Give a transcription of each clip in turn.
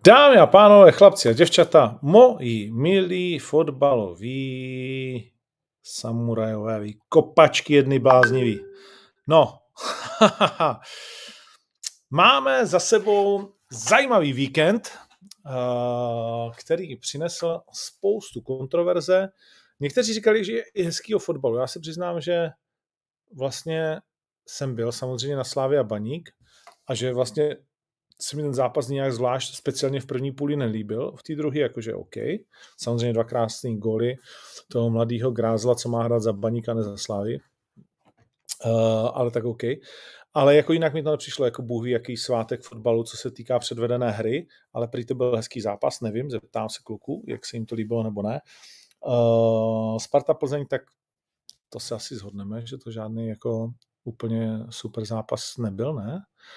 Dámy a pánové, chlapci a děvčata, moji milí fotbaloví samurajové, vy kopačky jedny blázniví. No, máme za sebou zajímavý víkend, který přinesl spoustu kontroverze. Někteří říkali, že je i hezkýho fotbalu. Já se přiznám, že vlastně jsem byl samozřejmě na Slavia Baník a že vlastně se mi ten zápas nějak zvlášť speciálně v první půli nelíbil, v té druhé jakože OK. Samozřejmě dva krásný góly toho mladého Grázla, co má hrát za Baníka, ne za Slávy. Ale tak OK. Ale jako jinak mi to nepřišlo jako bůh ví, jaký svátek fotbalu, co se týká předvedené hry, ale prý to byl hezký zápas, nevím, zeptám se kluku, jak se jim to líbilo nebo ne. Sparta Plzeň, tak to se asi shodneme, že to žádný jako úplně super zápas nebyl, ne?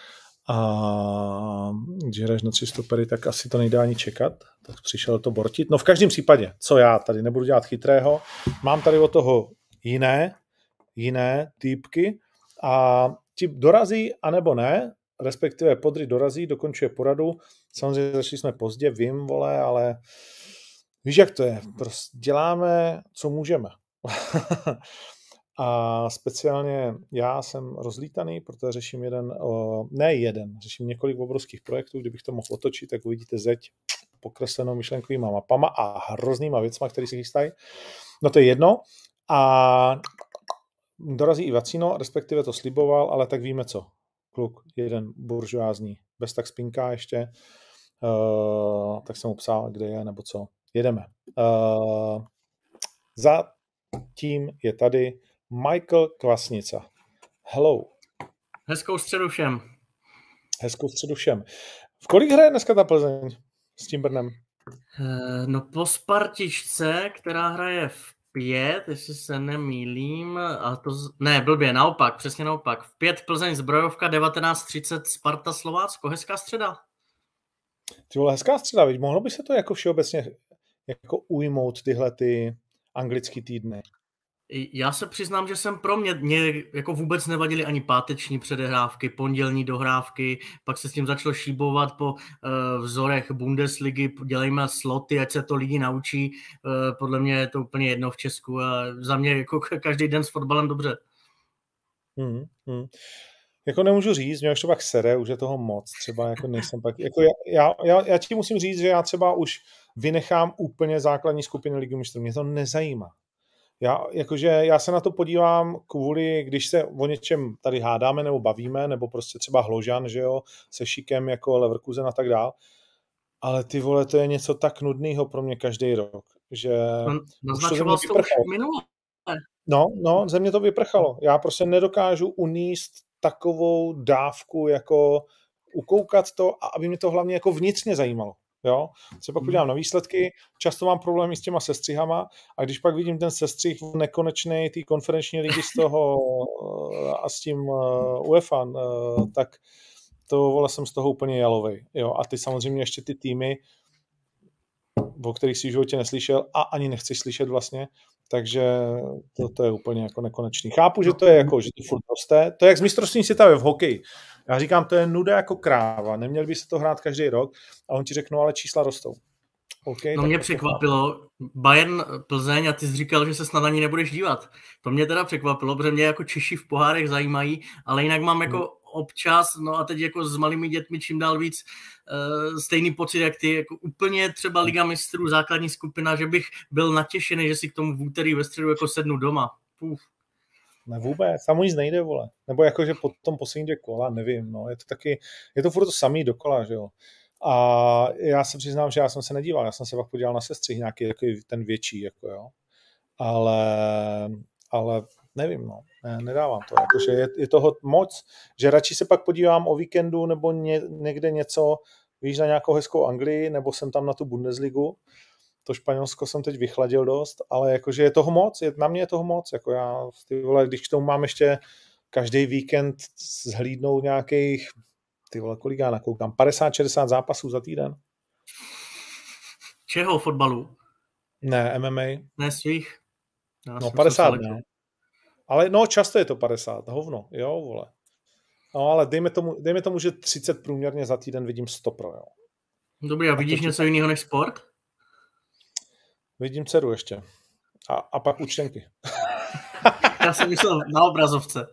A když hraješ na 3 stopery, tak asi to nejde ani čekat. Tak přišel to bortit. No v každém případě, co já tady nebudu dělat chytrého, mám tady od toho jiné týpky a ti dorazí, anebo ne, respektive Podry dorazí, dokončuje poradu. Samozřejmě začali jsme pozdě, vím, vole, ale víš, jak to je. Prostě děláme, co můžeme. A speciálně já jsem rozlítaný, protože řeším řeším několik obrovských projektů. Kdybych to mohl otočit, tak uvidíte zeď pokreslenou myšlenkovýma mapama a hroznýma věcma, které se chystají. No to je jedno. A dorazí i Vacino, respektive to sliboval, ale tak víme co. Kluk, jeden buržoázní, bez tak spinká ještě. Tak jsem mu psal, kde je, nebo co. Jedeme. Za tím je tady Michael Kvasnica. Hello. Hezkou středu všem. Hezkou středu všem. V kolik hraje dneska ta Plzeň s tím Brnem? No po Spartičce, která hraje v 5, jestli se nemýlím, naopak, přesně naopak. V 5 Plzeň Zbrojovka, 19:30 Sparta Slovácko. Hezká středa. Ty vole, hezká středa, viď? Mohlo by se to jako všeobecně jako ujmout tyhle ty anglický týdny? Já se přiznám, že jsem mě jako vůbec nevadily ani páteční předehrávky, pondělní dohrávky, pak se s tím začalo šíbovat po vzorech Bundesligy, dělejme sloty, ať se to lidi naučí. Podle mě je to úplně jedno v Česku a za mě jako každý den s fotbalem dobře. Jako nemůžu říct, mě už to pak sere, už je toho moc, třeba jako nejsem pak, jako já ti musím říct, že já třeba už vynechám úplně základní skupiny Ligy mistrů, mě to nezajímá. Já se na to podívám kvůli, když se o něčem tady hádáme nebo bavíme, nebo prostě třeba Hložan, že jo, se Šikem jako Leverkusen a tak dál, ale ty vole, to je něco tak nudného pro mě každý rok, že naznačoval jsi to už minule. No, ze mě to vyprchalo. Já prostě nedokážu uníst takovou dávku, jako ukoukat to a aby mě to hlavně jako vnitřně zajímalo. Jo? Se pak podívám na výsledky, často mám problémy s těma sestřihama a když pak vidím ten sestřih nekonečný té konferenční ligy z toho a s tím UEFA, tak to vole jsem z toho úplně jalovej. Jo? A ty samozřejmě ještě ty týmy, o kterých si v životě neslyšel a ani nechceš slyšet vlastně, takže to je úplně jako nekonečný. Chápu, že to je jako, že to furt roste. To je jak z mistrovství světa v hokeji. Já říkám, to je nuda jako kráva. Neměl by se to hrát každý rok a on ti řeknou, ale čísla rostou. Okay, no mě překvapilo, Bayern Plzeň a ty jsi říkal, že se snad ani nebudeš dívat. To mě teda překvapilo, protože mě jako Češi v pohárech zajímají, ale jinak mám jako občas, no a teď jako s malými dětmi čím dál víc stejný pocit, jak ty, jako úplně třeba Liga mistrů, základní skupina, že bych byl natěšený, že si k tomu v úterý ve středu jako sednu doma. Ne vůbec, tam nic nejde, vole. Nebo jako, že po tom poslední kola, nevím, no, je to furt to samý dokola, že jo. A já se přiznám, že já jsem se nedíval, já jsem se pak podíval na sestřih nějaký takový ten větší, jako jo. Ale nevím, no, nedávám to, jakože je toho moc, že radši se pak podívám o víkendu nebo někde něco, víš, na nějakou hezkou Anglii, nebo jsem tam na tu Bundesligu, to Španělsko jsem teď vychladil dost, ale jakože je toho moc, na mě je toho moc, jako já, ty vole, když k tomu mám ještě každý víkend zhlídnout nějakých, ty vole, kolik já nakoukám, 50-60 zápasů za týden. Čeho fotbalu? Ne, MMA. Ne svých? No 50 ne. Ale no často je to 50, hovno, jo, vole. No ale dejme tomu, že 30 průměrně za týden vidím 100 pro, jo. Dobrý, a vidíš něco jiného než sport? Vidím dceru ještě. A pak účtenky. Já jsem myslel na obrazovce.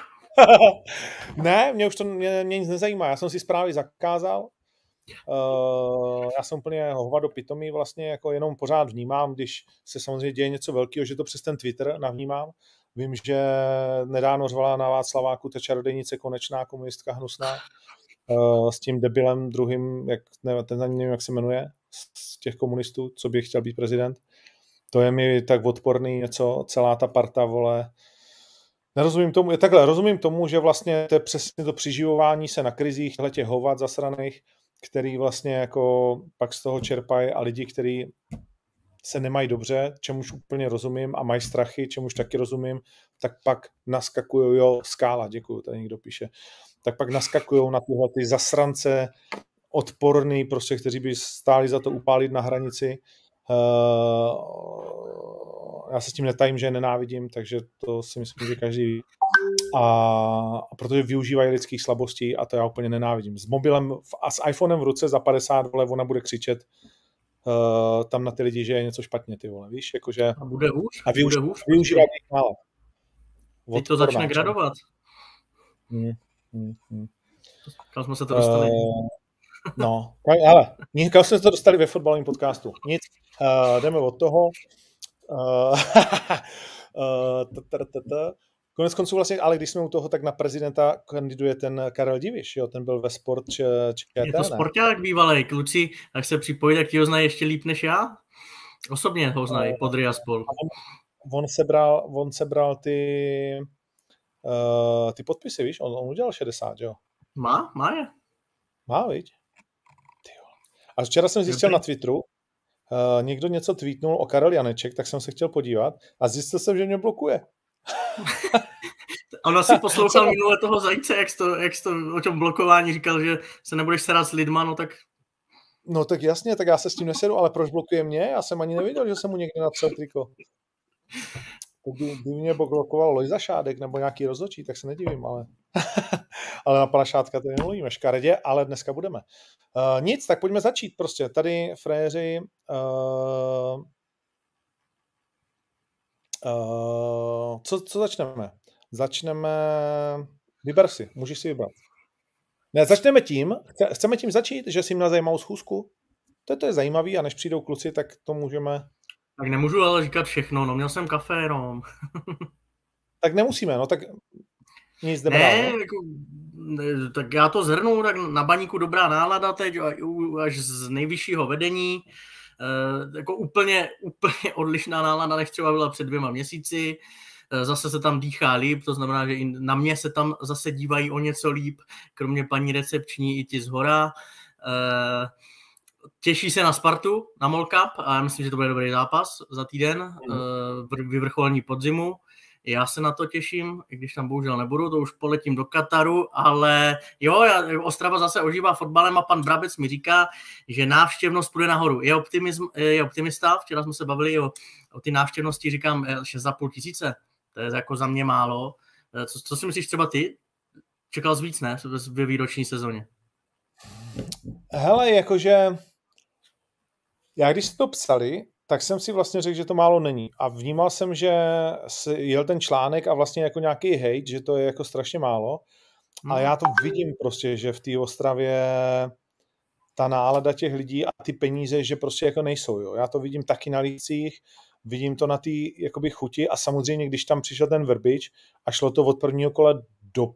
Ne, mě nic nezajímá. Já jsem si zprávy zakázal. Já jsem úplně hovado pitomý vlastně, jako jenom pořád vnímám, když se samozřejmě děje něco velkého, že to přes ten Twitter navnímám. Vím, že nedávno řvala na Václaváku ta čarodejnice Konečná, komunistka hnusná, s tím debilem druhým, nevím, jak se jmenuje, z těch komunistů, co by chtěl být prezident. To je mi tak odporný něco, celá ta parta, vole. Nerozumím tomu, rozumím tomu, že vlastně to je přesně to přiživování se na krizích, těch hovat zasraných, který vlastně jako pak z toho čerpají a lidi, kteří se nemají dobře, čemuž úplně rozumím a mají strachy, čemuž taky rozumím, tak pak naskakují, Skála, děkuju, tady někdo píše, tak pak naskakují na tyhle ty zasrance odporný, prostě, kteří by stáli za to upálit na hranici. Já se s tím netajím, že je nenávidím, takže to si myslím, že každý ví. A protože využívají lidských slabostí a to já úplně nenávidím. S mobilem a s iPhonem v ruce za 50, vole, ona bude křičet tam na ty lidi, že je něco špatně, ty vole, víš, jakože... A bude hůř? A využívat jich málo. Teď to začne gradovat. Kam jsme se to dostali? No, ale kam jsme se to dostali ve fotbalovém podcastu? Nic, jdeme od toho. Konec konců vlastně, ale když jsme u toho, tak na prezidenta kandiduje ten Karel Diviš, jo, ten byl ve Sport ČT. Je to sporták bývalej, kluci, jak se připojí, tak ti ho znají ještě líp než já? Osobně ho znají, Podry a spol. On sebral ty podpisy, víš, on udělal 60, jo. Má je. Má, viď? A včera jsem zjistil na Twitteru, někdo něco tweetnul o Karel Janeček, tak jsem se chtěl podívat a zjistil jsem, že mě blokuje. Ono si poslouchal minule toho Zajíce, jak jsi to o tom blokování říkal, že se nebudeš serat s lidma, no tak... No tak jasně, tak já se s tím nesedu, ale proč blokuje mě? Já jsem ani nevěděl, že jsem mu někde natřel triko. Kdyby mě blokoval Lojza Šádek nebo nějaký rozhodčí, tak se nedivím, ale... ale na pana Šádka tady nemluvíme škaredě, ale dneska budeme. Nic, tak pojďme začít prostě. Tady frajeři... Co začneme? Vyber si, můžeš si vybrat. Ne, začneme tím, chceme tím začít, že jsi měl zajímavou schůzku? To je zajímavý a než přijdou kluci, tak to můžeme... Tak nemůžu ale říkat všechno, no měl jsem kafé jenom. Tak nemusíme, no tak nic ne, jako, tak já to zhrnu, tak na Baníku dobrá nálada teď, až z nejvyššího vedení, jako úplně odlišná nálada, než třeba byla před 2 měsíci. Zase se tam dýchá líp, to znamená, že i na mě se tam zase dívají o něco líp, kromě paní recepční i ti zhora. Těší se na Spartu, na MOL Cup a já myslím, že to bude dobrý zápas za týden, vyvrcholení podzimu. Já se na to těším, i když tam bohužel nebudu, to už poletím do Kataru, ale jo, Ostrava zase ožívá fotbalem a pan Brabec mi říká, že návštěvnost půjde nahoru. Je optimista, včera jsme se bavili o ty návštěvnosti, říkám 6,5 tisíce, to je jako za mě málo. Co si myslíš třeba ty? Čekal jsi víc, ne? Ve výroční sezóně. Hele, jakože já když jste to psali, tak jsem si vlastně řekl, že to málo není. A vnímal jsem, že jel ten článek a vlastně jako nějaký hejt, že to je jako strašně málo. Ale já to vidím prostě, že v té Ostravě ta nálada těch lidí a ty peníze, že prostě jako nejsou. Jo. Já to vidím taky na lících, vidím to na té jakoby chuti a samozřejmě, když tam přišel ten Vrbič a šlo to od prvního kola do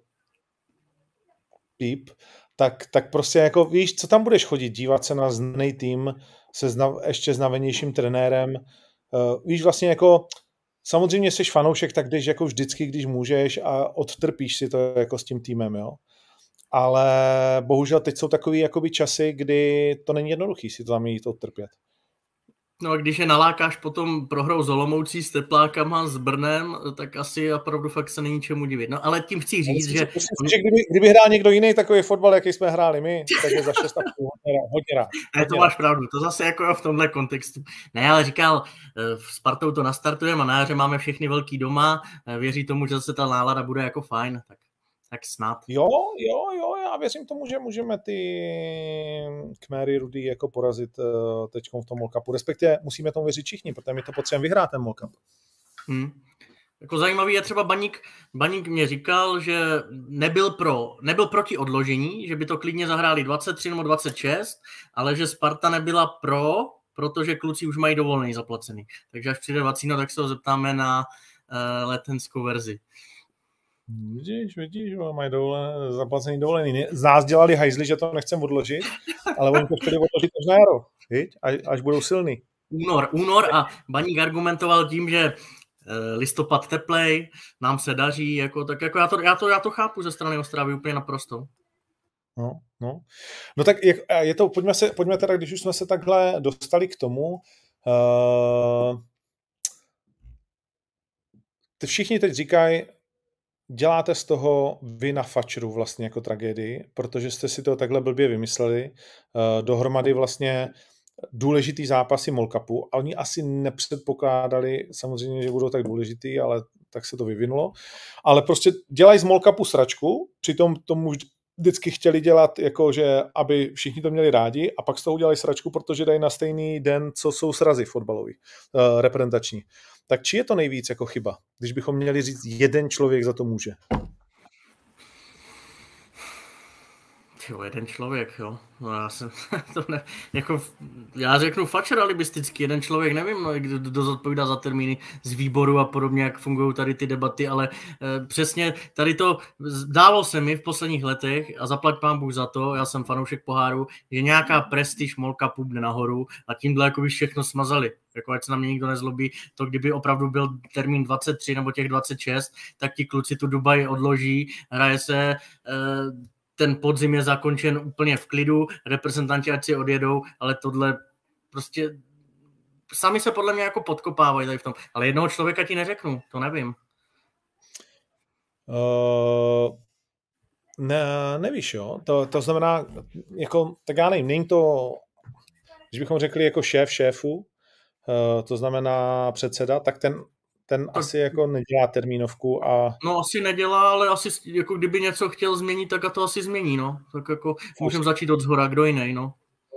píp, tak prostě jako víš, co tam budeš chodit, dívat se na znaný tým se ještě znavenějším trenérem. Víš, vlastně jako samozřejmě jsi fanoušek, tak jdeš jako vždycky, když můžeš a odtrpíš si to jako s tím týmem, jo. Ale bohužel teď jsou takový jakoby časy, kdy to není jednoduchý si to tam jít odtrpět. No a když je nalákáš potom prohrou s Olomoucí, s Teplákama, s Brnem, tak asi opravdu fakt se není čemu divit. No ale tím chci říct, že... Myslím, že kdyby hrál někdo jiný takový fotbal, jaký jsme hráli my, tak je za 6,5 hodně rád. Ne, to máš pravdu, to zase jako v tomhle kontextu. Ne, ale říkal, v Spartou to nastartujeme a na jaře máme všechny velký doma, věří tomu, že zase ta nálada bude jako fajn, Tak snad. Jo, já věřím tomu, že můžeme ty Khmery Rudy jako porazit teď v tom World Cupu. Respektive musíme tomu věřit všichni, protože my to potřebujeme vyhrát ten World Cup. Jako zajímavý je třeba Baník mě říkal, že nebyl proti odložení, že by to klidně zahráli 23 nebo 26, ale že Sparta nebyla protože kluci už mají dovolený zaplacený. Takže až přijde Vacíno, tak se ho zeptáme na letenskou verzi. Vidíš, mají zaplacený dovolený. Z nás dělali hajzli, že to nechcem odložit, ale oni to chtěli odložit až na jaro, až budou silný. Únor a Baník argumentoval tím, že listopad teplej, nám se daří, jako, tak jako já to chápu ze strany Ostravy úplně naprosto. No tak je to, pojďme teda, když už jsme se takhle dostali k tomu, všichni teď říkají, děláte z toho vy na fačru vlastně jako tragédii, protože jste si to takhle blbě vymysleli, dohromady vlastně důležitý zápasy MOL Cupu a oni asi nepředpokládali samozřejmě, že budou tak důležitý, ale tak se to vyvinulo. Ale prostě dělají z MOL Cupu sračku, přitom tomu vždycky chtěli dělat, jakože, aby všichni to měli rádi a pak z toho udělají sračku, protože dají na stejný den, co jsou srazy fotbalový, reprezentační. Tak či je to nejvíc jako chyba, když bychom měli říct, jeden člověk za to může? Jeden člověk, jo. No já řeknu fačer alibisticky, jeden člověk, nevím, kdo zodpovídá za termíny z výboru a podobně, jak fungují tady ty debaty, ale přesně tady to dálo se mi v posledních letech a zaplať pán Bůh za to, já jsem fanoušek poháru, že nějaká prestiž MOL Cupu jde nahoru a tímhle jako by všechno smazali. Jako ať se na mě nikdo nezlobí, to kdyby opravdu byl termín 23 nebo těch 26, tak ti kluci tu Dubaj odloží, hraje se ten podzim je zakončen úplně v klidu, reprezentanti ať si odjedou, ale tohle prostě sami se podle mě jako podkopávají tady v tom. Ale jednoho člověka ti neřeknu, to nevím. Nevíš, jo? To znamená, jako, tak já nevím, není to, když bychom řekli jako šéf šéfu, to znamená předseda, tak ten asi jako nedělá termínovku a... No asi nedělá, ale asi jako kdyby něco chtěl změnit, tak a to asi změní, no. Tak jako můžeme začít od zhora, kdo jiný, no.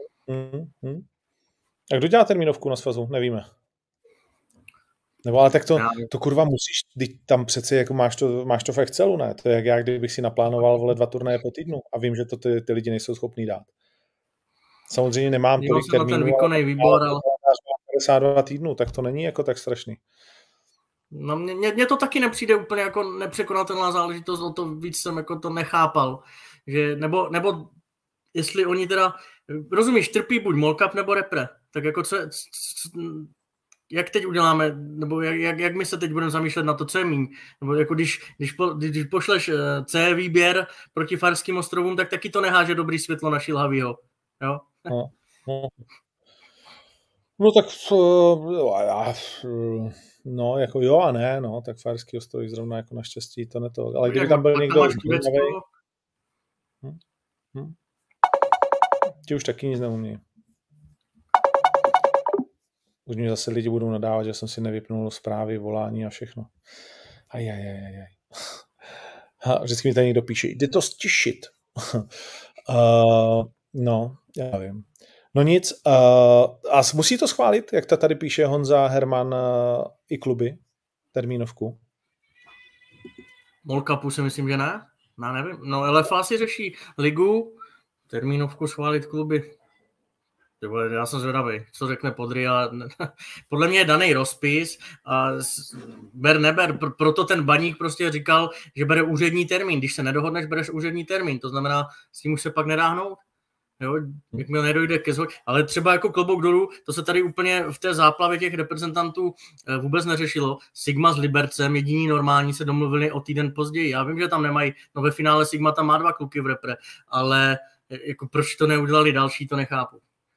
A kdo dělá termínovku na svazu? Nevíme. Nebo ale tak to kurva musíš, tam přece jako máš to v Excelu, ne? To je jak já, kdybych si naplánoval 2 turnaje po týdnu a vím, že to ty lidi nejsou schopní dát. Samozřejmě nemám tolik termínů, ten výkonný výbor, ale 52 týdnů, tak to není jako tak strašný. No mně to taky nepřijde úplně jako nepřekonatelná záležitost, o to víc jsem jako to nechápal. Že, nebo jestli oni teda, rozumíš, trpí buď MOL Cup nebo repre. Tak jako jak teď uděláme, nebo jak my se teď budeme zamýšlet na to, co je míň. Nebo jako když pošleš C výběr proti Farským ostrovům, tak taky to neháže dobrý světlo na Šilhavýho. Jo? No tak no, jako jo a ne, no, tak Farský ostrovy zrovna jako naštěstí to neto. Ale kdyby tam byl někdo ti už taky nic neumí. Už mě zase lidi budou nadávat, že jsem si nevypnul zprávy, volání a všechno. Ajajajajaj. Vždycky mi tady někdo píše, jde to stišit. No, já vím. No nic, a musí to schválit, jak to tady píše Honza, Herman i kluby, termínovku? MOL Cupu si myslím, že ne. Já nevím. No LFA si řeší ligu, termínovku schválit kluby. Já jsem zvědavý, co řekne Podry. Podle mě je daný rozpis a ber neber, proto ten Baník prostě říkal, že bere úřední termín. Když se nedohodneš, bereš úřední termín. To znamená, s tím už se pak nedá hnout. Jo, jakmile nedojde ke zhodě. Ale třeba jako klobouk dolů, to se tady úplně v té záplavě těch reprezentantů vůbec neřešilo. Sigma s Libercem, jediní normální, se domluvili o týden později. Já vím, že tam nemají, no ve finále Sigma tam má 2 kluky v repre, ale jako proč to neudělali další, to nechápu.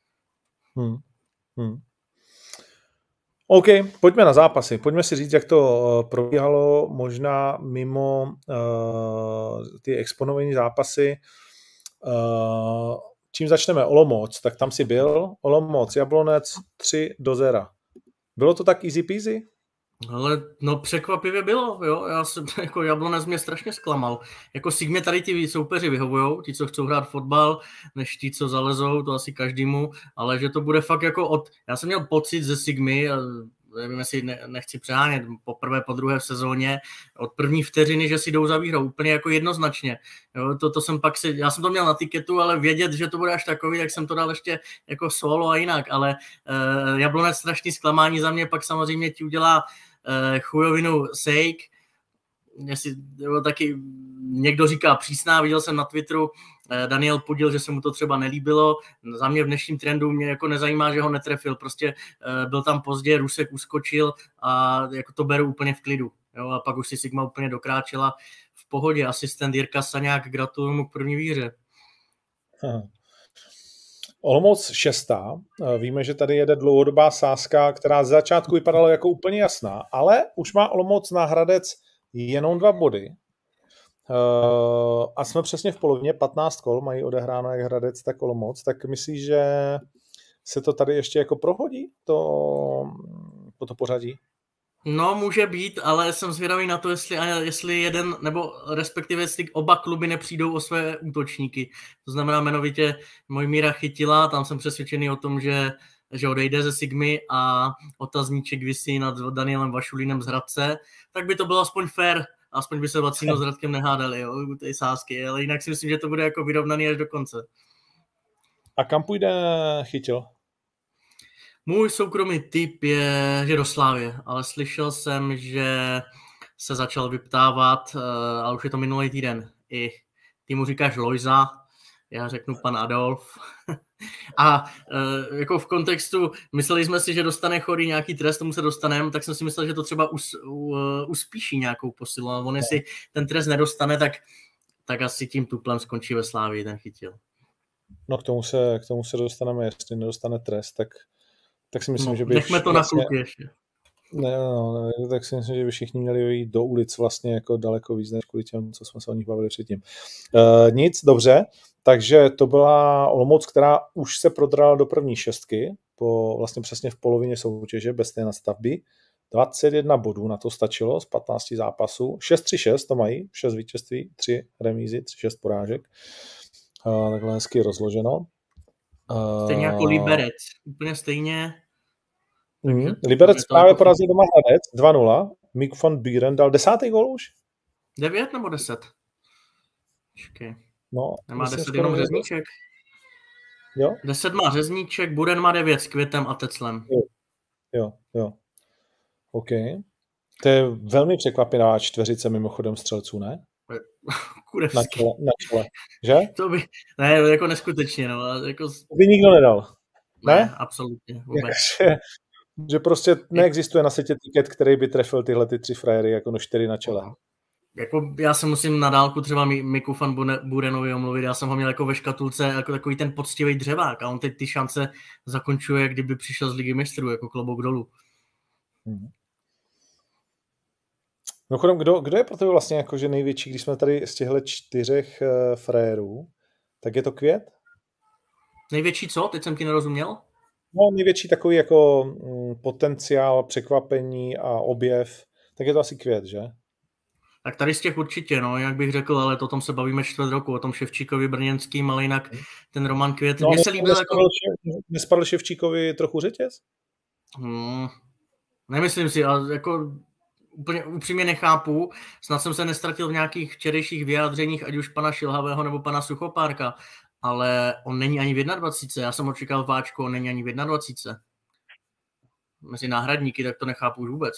OK, pojďme na zápasy. Pojďme si říct, jak to probíhalo možná mimo ty exponované zápasy. Čím začneme? Olomouc, tak tam si byl. Olomouc, Jablonec 3-0. Bylo to tak easy peasy? Ale no překvapivě bylo, jo, já jsem, jako Jablonec mě strašně zklamal. Jako Sigmě tady ti soupeři vyhovujou, ti, co chcou hrát fotbal, než ti, co zalezou, to asi každému, ale že to bude fakt jako já jsem měl pocit ze Sigmy, nevím, jestli nechci přehánět, poprvé, po druhé v sezóně, od první vteřiny, že si jdou za výhrou, úplně jako jednoznačně. Jo, to jsem pak já jsem to měl na tiketu, ale vědět, že to bude až takový, tak jsem to dal ještě jako solo a jinak, ale Jablonec strašný zklamání za mě, pak samozřejmě ti udělá chujovinu Sejk, jestli taky někdo říká přísná, viděl jsem na Twitteru, Daniel Podil, že se mu to třeba nelíbilo. Za mě v dnešním trendu mě jako nezajímá, že ho netrefil, prostě byl tam pozdě, Rusek uskočil a jako to beru úplně v klidu. Jo, a pak už si Sigma úplně dokráčela v pohodě. Asistent Jirka Saňák, gratuluju mu k první výhře. Olomouc 6. Víme, že tady jede dlouhodobá sázka, která z začátku vypadala jako úplně jasná, ale už má Olomouc na Hradec jenom 2 body. A jsme přesně v polovině, 15 kol mají odehráno jak Hradec, tak Olomouc. Tak myslíš, že se to tady ještě jako prohodí po to pořadí? No, může být, ale jsem zvědavý na to, jestli jeden, nebo respektive jestli oba kluby nepřijdou o své útočníky. To znamená jmenovitě Mojmíra Chytila, tam jsem přesvědčený o tom, že odejde ze Sigmy a otazníček visí nad Danielem Vašulínem z Hradce, tak by to bylo aspoň fair, aspoň by se Vacíno s Radkem nehádali, jo, u té sázky, ale jinak si myslím, že to bude jako vyrovnaný až do konce. A kam půjde Chytil? Můj soukromý tip je, že do Slávie, ale slyšel jsem, že se začal vyptávat, ale už je to minulý týden, i ty mu říkáš Lojza, já řeknu pan Adolf. A jako v kontextu, mysleli jsme si, že dostane Chorý nějaký trest, tomu se dostaneme, tak jsem si myslel, že to třeba uspíší nějakou posilu, ale on jestli ten trest nedostane, tak asi tím tuplem skončí ve Slávii ten Chytil. No k tomu se dostaneme, jestli nedostane trest, tak si myslím, že by... Nechme to vlastně, na kluky ještě. Tak si myslím, že by všichni měli jít do ulic vlastně jako daleko víc, než kvůli těm, co jsme se o nich bavili předtím. Nic, dobře, takže to byla Olomouc, která už se prodrala do první 6, vlastně přesně v polovině soutěže, bez té nastavby. 21 bodů na to stačilo z 15 zápasů. 6-3-6 to mají, 6 vítězství, 3 remízy, 3-6 porážek. Takhle hezky rozloženo. Stejně jako Liberec, úplně stejně. Liberec právě porazil doma Hradec 2-0. Mick von Buren dal 10. gól už? 9 nebo 10? Počkej. No, nemá 10 jenom Řezníček? Jo? 10 má Řezníček, Buren má 9 s Květem a Teclem. Jo. OK. To je velmi překvapivá čtveřice mimochodem střelců, ne? Na čele, že? To by, ne, jako neskutečně, no. Jako... To by nikdo nedal. Ne? Absolutně, vůbec. Že prostě neexistuje na světě tiket, který by trefil tyhle ty 3 frajery, jako no 4 na čele. Jako já se musím na dálku třeba Miku van Burenovi omluvit, já jsem ho měl jako ve škatulce, jako takový ten poctivý dřevák a on teď ty šance zakončuje, kdyby přišel z Ligy mistrů, jako klobouk dolů. Mimochodem, kdo je pro tebe vlastně jakože největší, když jsme tady z těchto 4 frérů, tak je to Květ? Největší co? Teď jsem ti nerozuměl. No, největší takový jako potenciál, překvapení a objev, tak je to asi Květ, že? Tak tady z těch určitě, no, jak bych řekl, ale o tom se bavíme 4 roku, o tom Ševčíkovi Brněnským, ale jinak ten Roman Květ. No, mně se líbil jako... Nespadl Ševčíkovi trochu řetěz? Nemyslím si, ale jako úplně upřímně nechápu, snad jsem se nestratil v nějakých včerejších vyjádřeních, ať už pana Šilhavého nebo pana Suchopárka, ale on není ani v 21. Já jsem očekal Váčko, on není ani v 21. Mezi náhradníky, tak to nechápu už vůbec.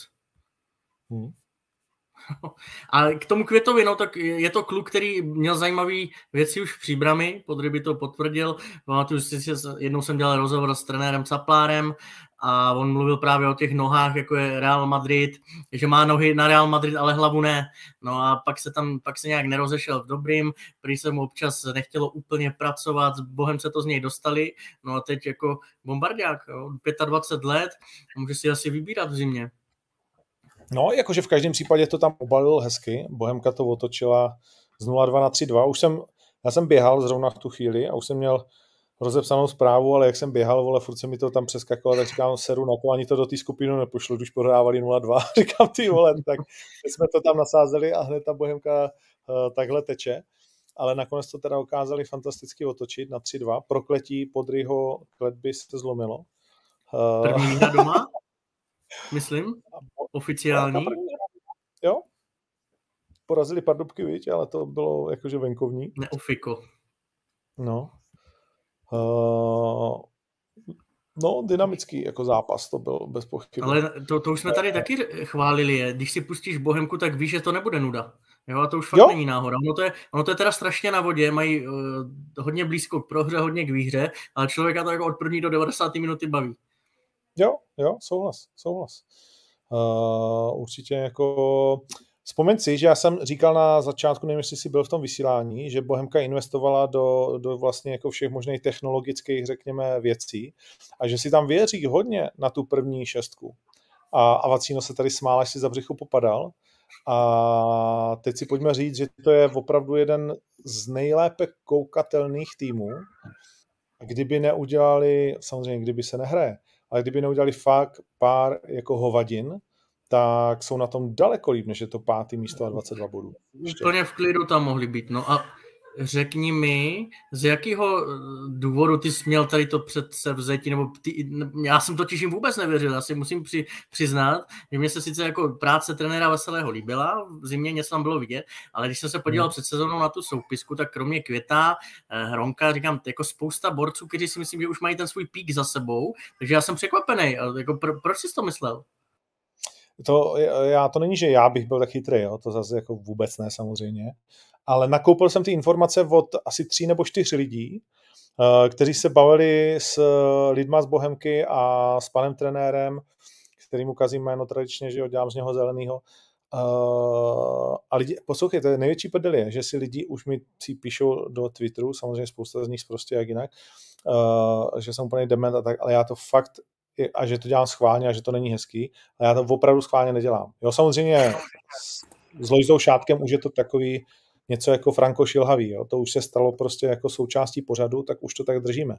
A k tomu Květovi, no tak je to kluk, který měl zajímavý věci už v Příbrami, Podryby to potvrdil. Pamatuju si, jednou jsem dělal rozhovor s trenérem Caplárem a on mluvil právě o těch nohách, jako je Real Madrid, že má nohy na Real Madrid, ale hlavu ne. No a pak se nějak nerozešel v dobrým, prý se mu občas nechtělo úplně pracovat, s Bohem se to z něj dostali, no a teď jako bombardák, jo, 25 let, může si asi vybírat v zimě. No, jakože v každém případě to tam obalil hezky. Bohemka to otočila z 0-2 na 3-2. Já jsem běhal zrovna v tu chvíli a už jsem měl rozepsanou zprávu, ale jak jsem běhal, vole, furt se mi to tam přeskakovalo, tak říkám, seru na to, ani to do té skupiny nepošlu, když prohrávali 0-2. Říkám, ty vole, tak jsme to tam nasázeli a hned ta Bohemka takhle teče. Ale nakonec to teda ukázali fantasticky otočit na 3-2. Prokletí Podryho kletby se zlomilo. První výhra doma, myslím, oficiální. Jo, porazili Pardubky, viď, ale to bylo jakože venkovní. Neofiko. No. No, dynamický jako zápas to byl bez pochyby. Ale to už jsme tady taky chválili. Když si pustíš Bohemku, tak víš, že to nebude nuda. Jo, a to už fakt není náhoda. Ono to je teda strašně na vodě, mají hodně blízko k prohře, hodně k výhře, ale člověka to jako od první do 90. minuty baví. Jo, souhlas. Určitě jako... Vzpomeň si, že já jsem říkal na začátku, nevím, jestli jsi byl v tom vysílání, že Bohemka investovala do vlastně jako všech možných technologických, řekněme, věcí a že si tam věří hodně na tu první šestku. A Vacíno se tady smál, až si za břichu popadal. A teď si pojďme říct, že to je opravdu jeden z nejlépe koukatelných týmů. Kdyby neudělali, samozřejmě kdyby se nehraje, ale kdyby neudělali fakt pár jako hovadin, tak jsou na tom daleko líp, než je to 5. místo a 22 bodů. Úplně v klidu tam mohli být. No a řekni mi, z jakého důvodu ty jsi měl tady to předsevzetí, nebo já jsem totiž jim vůbec nevěřil, já si musím přiznat, že mě se sice jako práce trenéra Veselého líbila, v zimě něco tam bylo vidět, ale když jsem se podíval před sezónou na tu soupisku, tak kromě Květa, Hronka, říkám, jako spousta borců, kteří si myslím, že už mají ten svůj pík za sebou, takže já jsem překvapený. Jako, proč jsi to myslel? To není, že já bych byl tak chytrý, jo? To zase jako vůbec ne samozřejmě, ale nakoupil jsem ty informace od asi 3 nebo 4 lidí, kteří se bavili s lidma z Bohemky a s panem trenérem, kterým ukazím jméno tradičně, že ho dělám z něho zelenýho. A lidi, poslouchejte, největší prdel je, že si lidi už mi si píšou do Twitteru, samozřejmě spousta z nich prostě jak jinak, že jsem úplně dement a tak, ale já to fakt a že to dělám schválně a že to není hezký, ale já to opravdu schválně nedělám. Jo, samozřejmě s Lojzou Šátkem už je to takový něco jako Franko Šilhavý, jo? To už se stalo prostě jako součástí pořadu, tak už to tak držíme.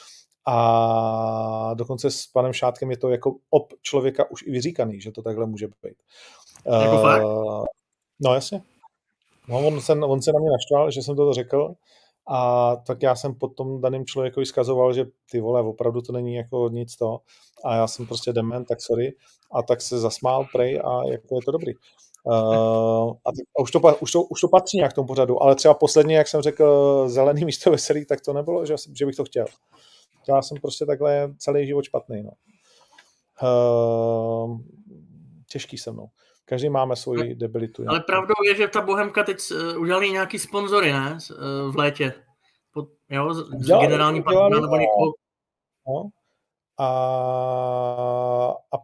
A dokonce s panem Šátkem je to jako člověka už i vyříkaný, že to takhle může být. Jako fakt? No jasně. No, on se na mě naštval, že jsem to řekl, a tak já jsem potom daným člověkovi vzkazoval, že ty vole, opravdu to není jako nic to. A já jsem prostě dement, tak sorry. A tak se zasmál prej a jako je to dobrý. A už to patří nějak k tomu pořadu, ale třeba posledně, jak jsem řekl, zelený místo veselý, tak to nebylo, že bych to chtěl. Já jsem prostě takhle celý život špatný. No. Těžký se mnou. Každý máme svoji debilitu. Ale pravdou je, že ta Bohemka teď udělali nějaký sponzory, ne? V létě. Jo, z generální partnera nebo někoho. No. A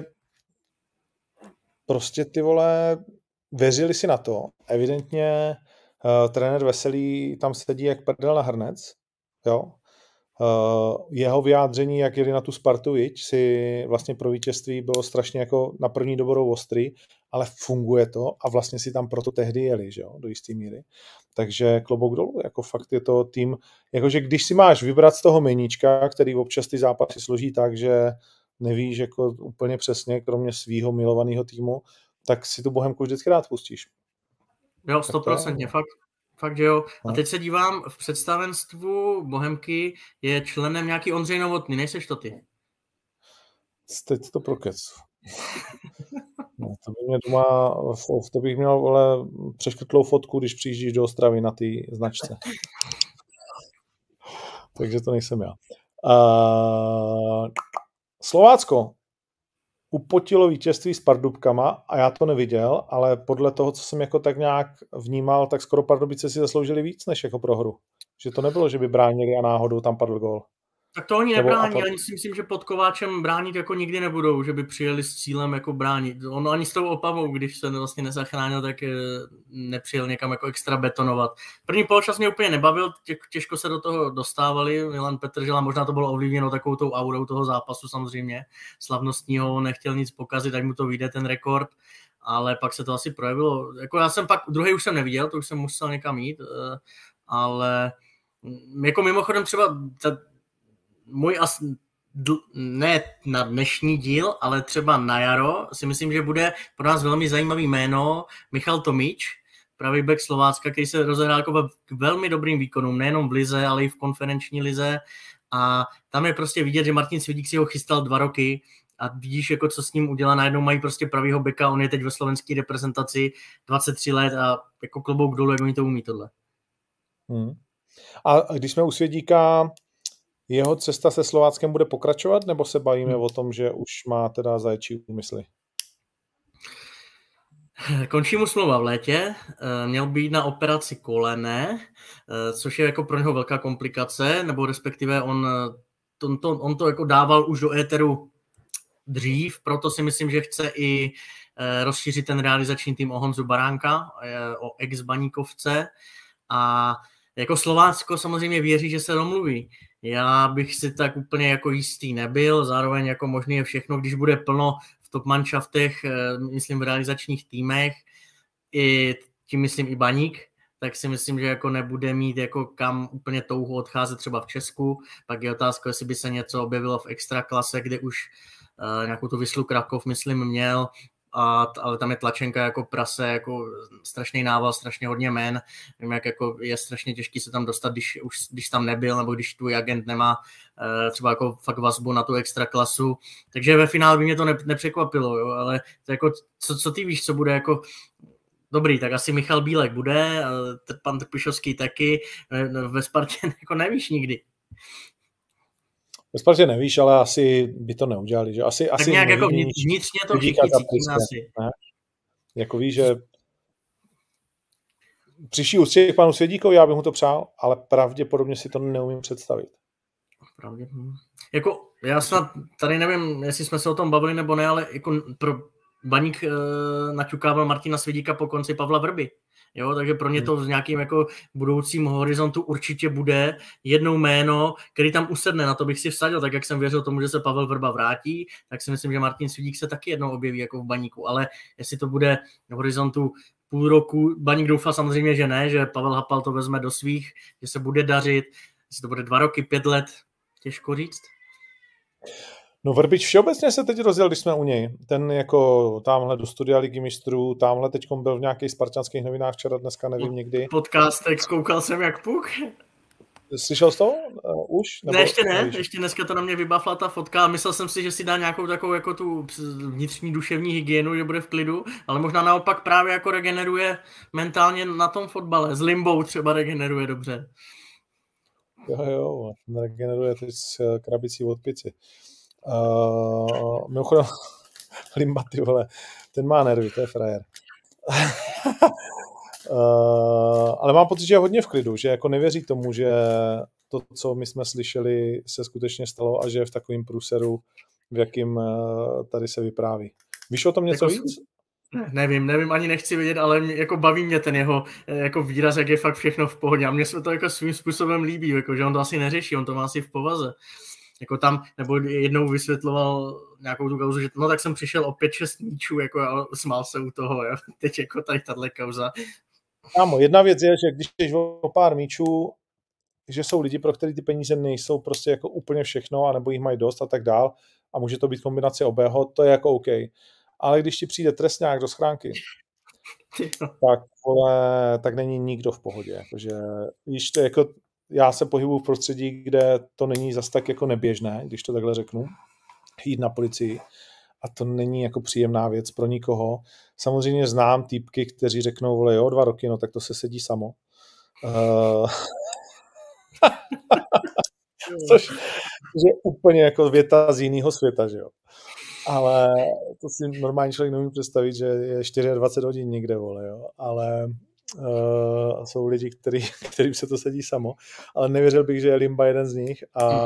prostě ty vole věřili si na to. Evidentně trenér Veselý tam sedí jak prdel na hrnec. Jo. Jeho vyjádření, jak jeli na tu Spartu, si vlastně pro vítězství bylo strašně jako na první dobrou ostrý, ale funguje to a vlastně si tam proto tehdy jeli, že jo, do jistý míry. Takže klobouk dolů, jako fakt je to tým, jakože když si máš vybrat z toho meníčka, který občas ty zápasy složí tak, že nevíš jako úplně přesně, kromě svýho milovaného týmu, tak si tu Bohemku vždycky rád pustíš. Jo, 100%, fakt, že jo. A teď se dívám, v představenstvu Bohemky je členem nějaký Ondřej Novotný, nejseš to ty? Teď to prokec. No, to by mě doma, to bych měl vole přeškrtlou fotku, když přijíždíš do Ostravy na té značce. Takže to nejsem já. Slovácko upotilo vítězství s Pardubkama a já to neviděl, ale podle toho, co jsem jako tak nějak vnímal, tak skoro Pardubice si zasloužili víc než jako prohru. Že to nebylo, že by bránili a náhodou tam padl gól. Tak to oni nebrání, ani si myslím, že pod Kováčem bránit jako nikdy nebudou, že by přijeli s cílem jako bránit. Ono ani s tou Opavou, když se vlastně nezachránil, tak nepřijel někam jako extra betonovat. První poločas mě úplně nebavil, těžko se do toho dostávali, Milan Petržela, možná to bylo ovlivněno takovou tou aurou toho zápasu samozřejmě, slavnostního, nechtěl nic pokazit, ať mu to vyjde ten rekord, ale pak se to asi projevilo. Jako já jsem pak, druhý už jsem neviděl, to už jsem musel někam jít, ale jako mimochodem třeba ne na dnešní díl, ale třeba na jaro si myslím, že bude pro nás velmi zajímavý jméno Michal Tomič, pravý back Slovácka, který se rozehrál jako velmi dobrým výkonům, nejenom v lize, ale i v konferenční lize. A tam je prostě vidět, že Martin Svědík si ho chystal 2 roky a vidíš, jako co s ním udělá. Najednou mají prostě pravýho beka, on je teď ve slovenské reprezentaci 23 let a jako klobouk dolů, jak oni to umí tohle. A když jsme u Svědíka, jeho cesta se Slováckem bude pokračovat, nebo se bavíme o tom, že už má teda zaječí úmysly? Končí mu smlouva v létě, měl být na operaci kolene, což je jako pro něho velká komplikace, nebo respektive on to jako dával už do éteru dřív, proto si myslím, že chce i rozšířit ten realizační tým o Honzu Baránka, o ex-Baníkovce, a jako Slovácko samozřejmě věří, že se domluví. Já bych si tak úplně jako jistý nebyl, zároveň jako možný je všechno, když bude plno v top manšaftech, myslím v realizačních týmech, i tím myslím i Baník, tak si myslím, že jako nebude mít jako kam úplně touhu odcházet třeba v Česku. Pak je otázka, jestli by se něco objevilo v extraklase, kde už nějakou tu Wislu Krakov, myslím, měl, ale tam je tlačenka jako prase, jako strašný nával, strašně hodně jmén. Vím, jak jako je strašně těžký se tam dostat, když tam nebyl, nebo když tvůj agent nemá třeba jako fakt vazbu na tu extraklasu. Takže ve finále by mě to nepřekvapilo, jo, ale to jako, co ty víš, co bude jako dobrý, tak asi Michal Bílek bude, pan Trpišovský taky, ve Spartě jako nevíš nikdy. Ve Spartě nevíš, ale asi by to neudělali, že? Asi nějak jako vnitřně to všichni cítíme asi. Ne? Jako víš, že příští ústřih panu Svědíkovi, já bych mu to přál, ale pravděpodobně si to neumím představit. Jako já snad, tady nevím, jestli jsme se o tom bavili nebo ne, ale jako pro Baník naťukával Martina Svědíka po konci Pavla Vrby. Jo, takže pro ně to v nějakým jako budoucím horizontu určitě bude jednou jméno, který tam usedne, na to bych si vsadil, tak jak jsem věřil tomu, že se Pavel Vrba vrátí, tak si myslím, že Martin Svědík se taky jednou objeví jako v Baníku, ale jestli to bude v horizontu půl roku, Baník doufá samozřejmě, že ne, že Pavel Hapal to vezme do svých, že se bude dařit, jestli to bude 2 roky, 5 let, těžko říct. No Vrbič všeobecně se teď rozjel, když jsme u něj. Ten jako tamhle do studia Ligy mistrů, tamhle teďkom byl v nějakých spartanských novinách včera, dneska nevím někdy. Podcastek, koukal jsem jak puk. Slyšel jsi to už? Nebo, ne, ještě dneska to na mě vybafla ta fotka. Myslel jsem si, že si dá nějakou takovou jako tu vnitřní duševní hygienu, že bude v klidu, ale možná naopak právě jako regeneruje mentálně na tom fotbale. S Limbou třeba regeneruje dobře. Jo, regeneruje teď s krabicí od pici. Mimochodem, Limba, ty vole, ten má nervy, to je frajer. Ale mám pocit, že je hodně v klidu, že jako nevěří tomu, že to, co my jsme slyšeli, se skutečně stalo a že je v takovém průseru, v jakým tady se vypráví. Víš o tom něco jako víc? Nevím, ani nechci vědět, ale jako baví mě ten jeho jako výraz, jak je fakt všechno v pohodě. A mně se to jako svým způsobem líbí, jako, že on to asi neřeší, on to má asi v povaze. Jako tam, nebo jednou vysvětloval nějakou tu kauzu, že no tak jsem přišel o 5-6 míčů, jako a smál se u toho, jo. Teď jako tady tahle kauza. Kámo, jedna věc je, že když jsi o pár míčů, že jsou lidi, pro který ty peníze nejsou prostě jako úplně všechno, anebo jich mají dost a tak dál, a může to být kombinace obého, to je jako OK. Ale když ti přijde trestňák do schránky, tak není nikdo v pohodě. Jakože, víš, to je jako, já se pohybuju v prostředí, kde to není zas tak jako neběžné, když to takhle řeknu, jít na policii. A to není jako příjemná věc pro nikoho. Samozřejmě znám týpky, kteří řeknou, vole, jo, 2 roky, no tak to se sedí samo. Což je úplně jako věta z jiného světa, že jo. Ale to si normální člověk nemůže představit, že je 24 hodin někde, vole, jo. Ale jsou lidi, kterým se to sedí samo. Ale nevěřil bych, že je Limba jeden z nich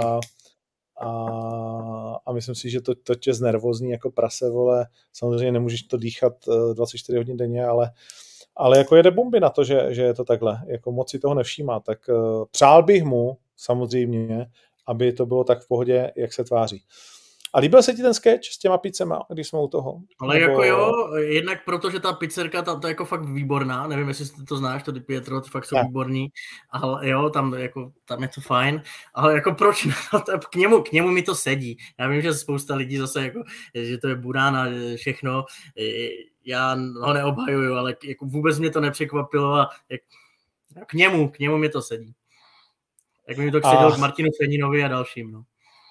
a myslím si, že to tě znervozní jako prase, vole. Samozřejmě nemůžeš to dýchat 24 hodin denně, ale jako jede bomby na to, že je to takhle. Jako moc si toho nevšímá. Tak přál bych mu samozřejmě, aby to bylo tak v pohodě, jak se tváří. A líbil se ti ten sketch s těma pizzema, když jsme u toho? Ale jako jo, jednak protože ta pizzerka, ta je jako fakt výborná, nevím, jestli to znáš, to Di Pietro, to fakt jsou výborný, ale jo, tam je to fajn, ale jako proč, k němu mi to sedí. Já vím, že spousta lidí zase jako, že to je burán a všechno, já ho neobhajuju, ale jako vůbec mě to nepřekvapilo a k němu mi to sedí. Jak mi to sedilo k Martinu Feninovi a dalším, no.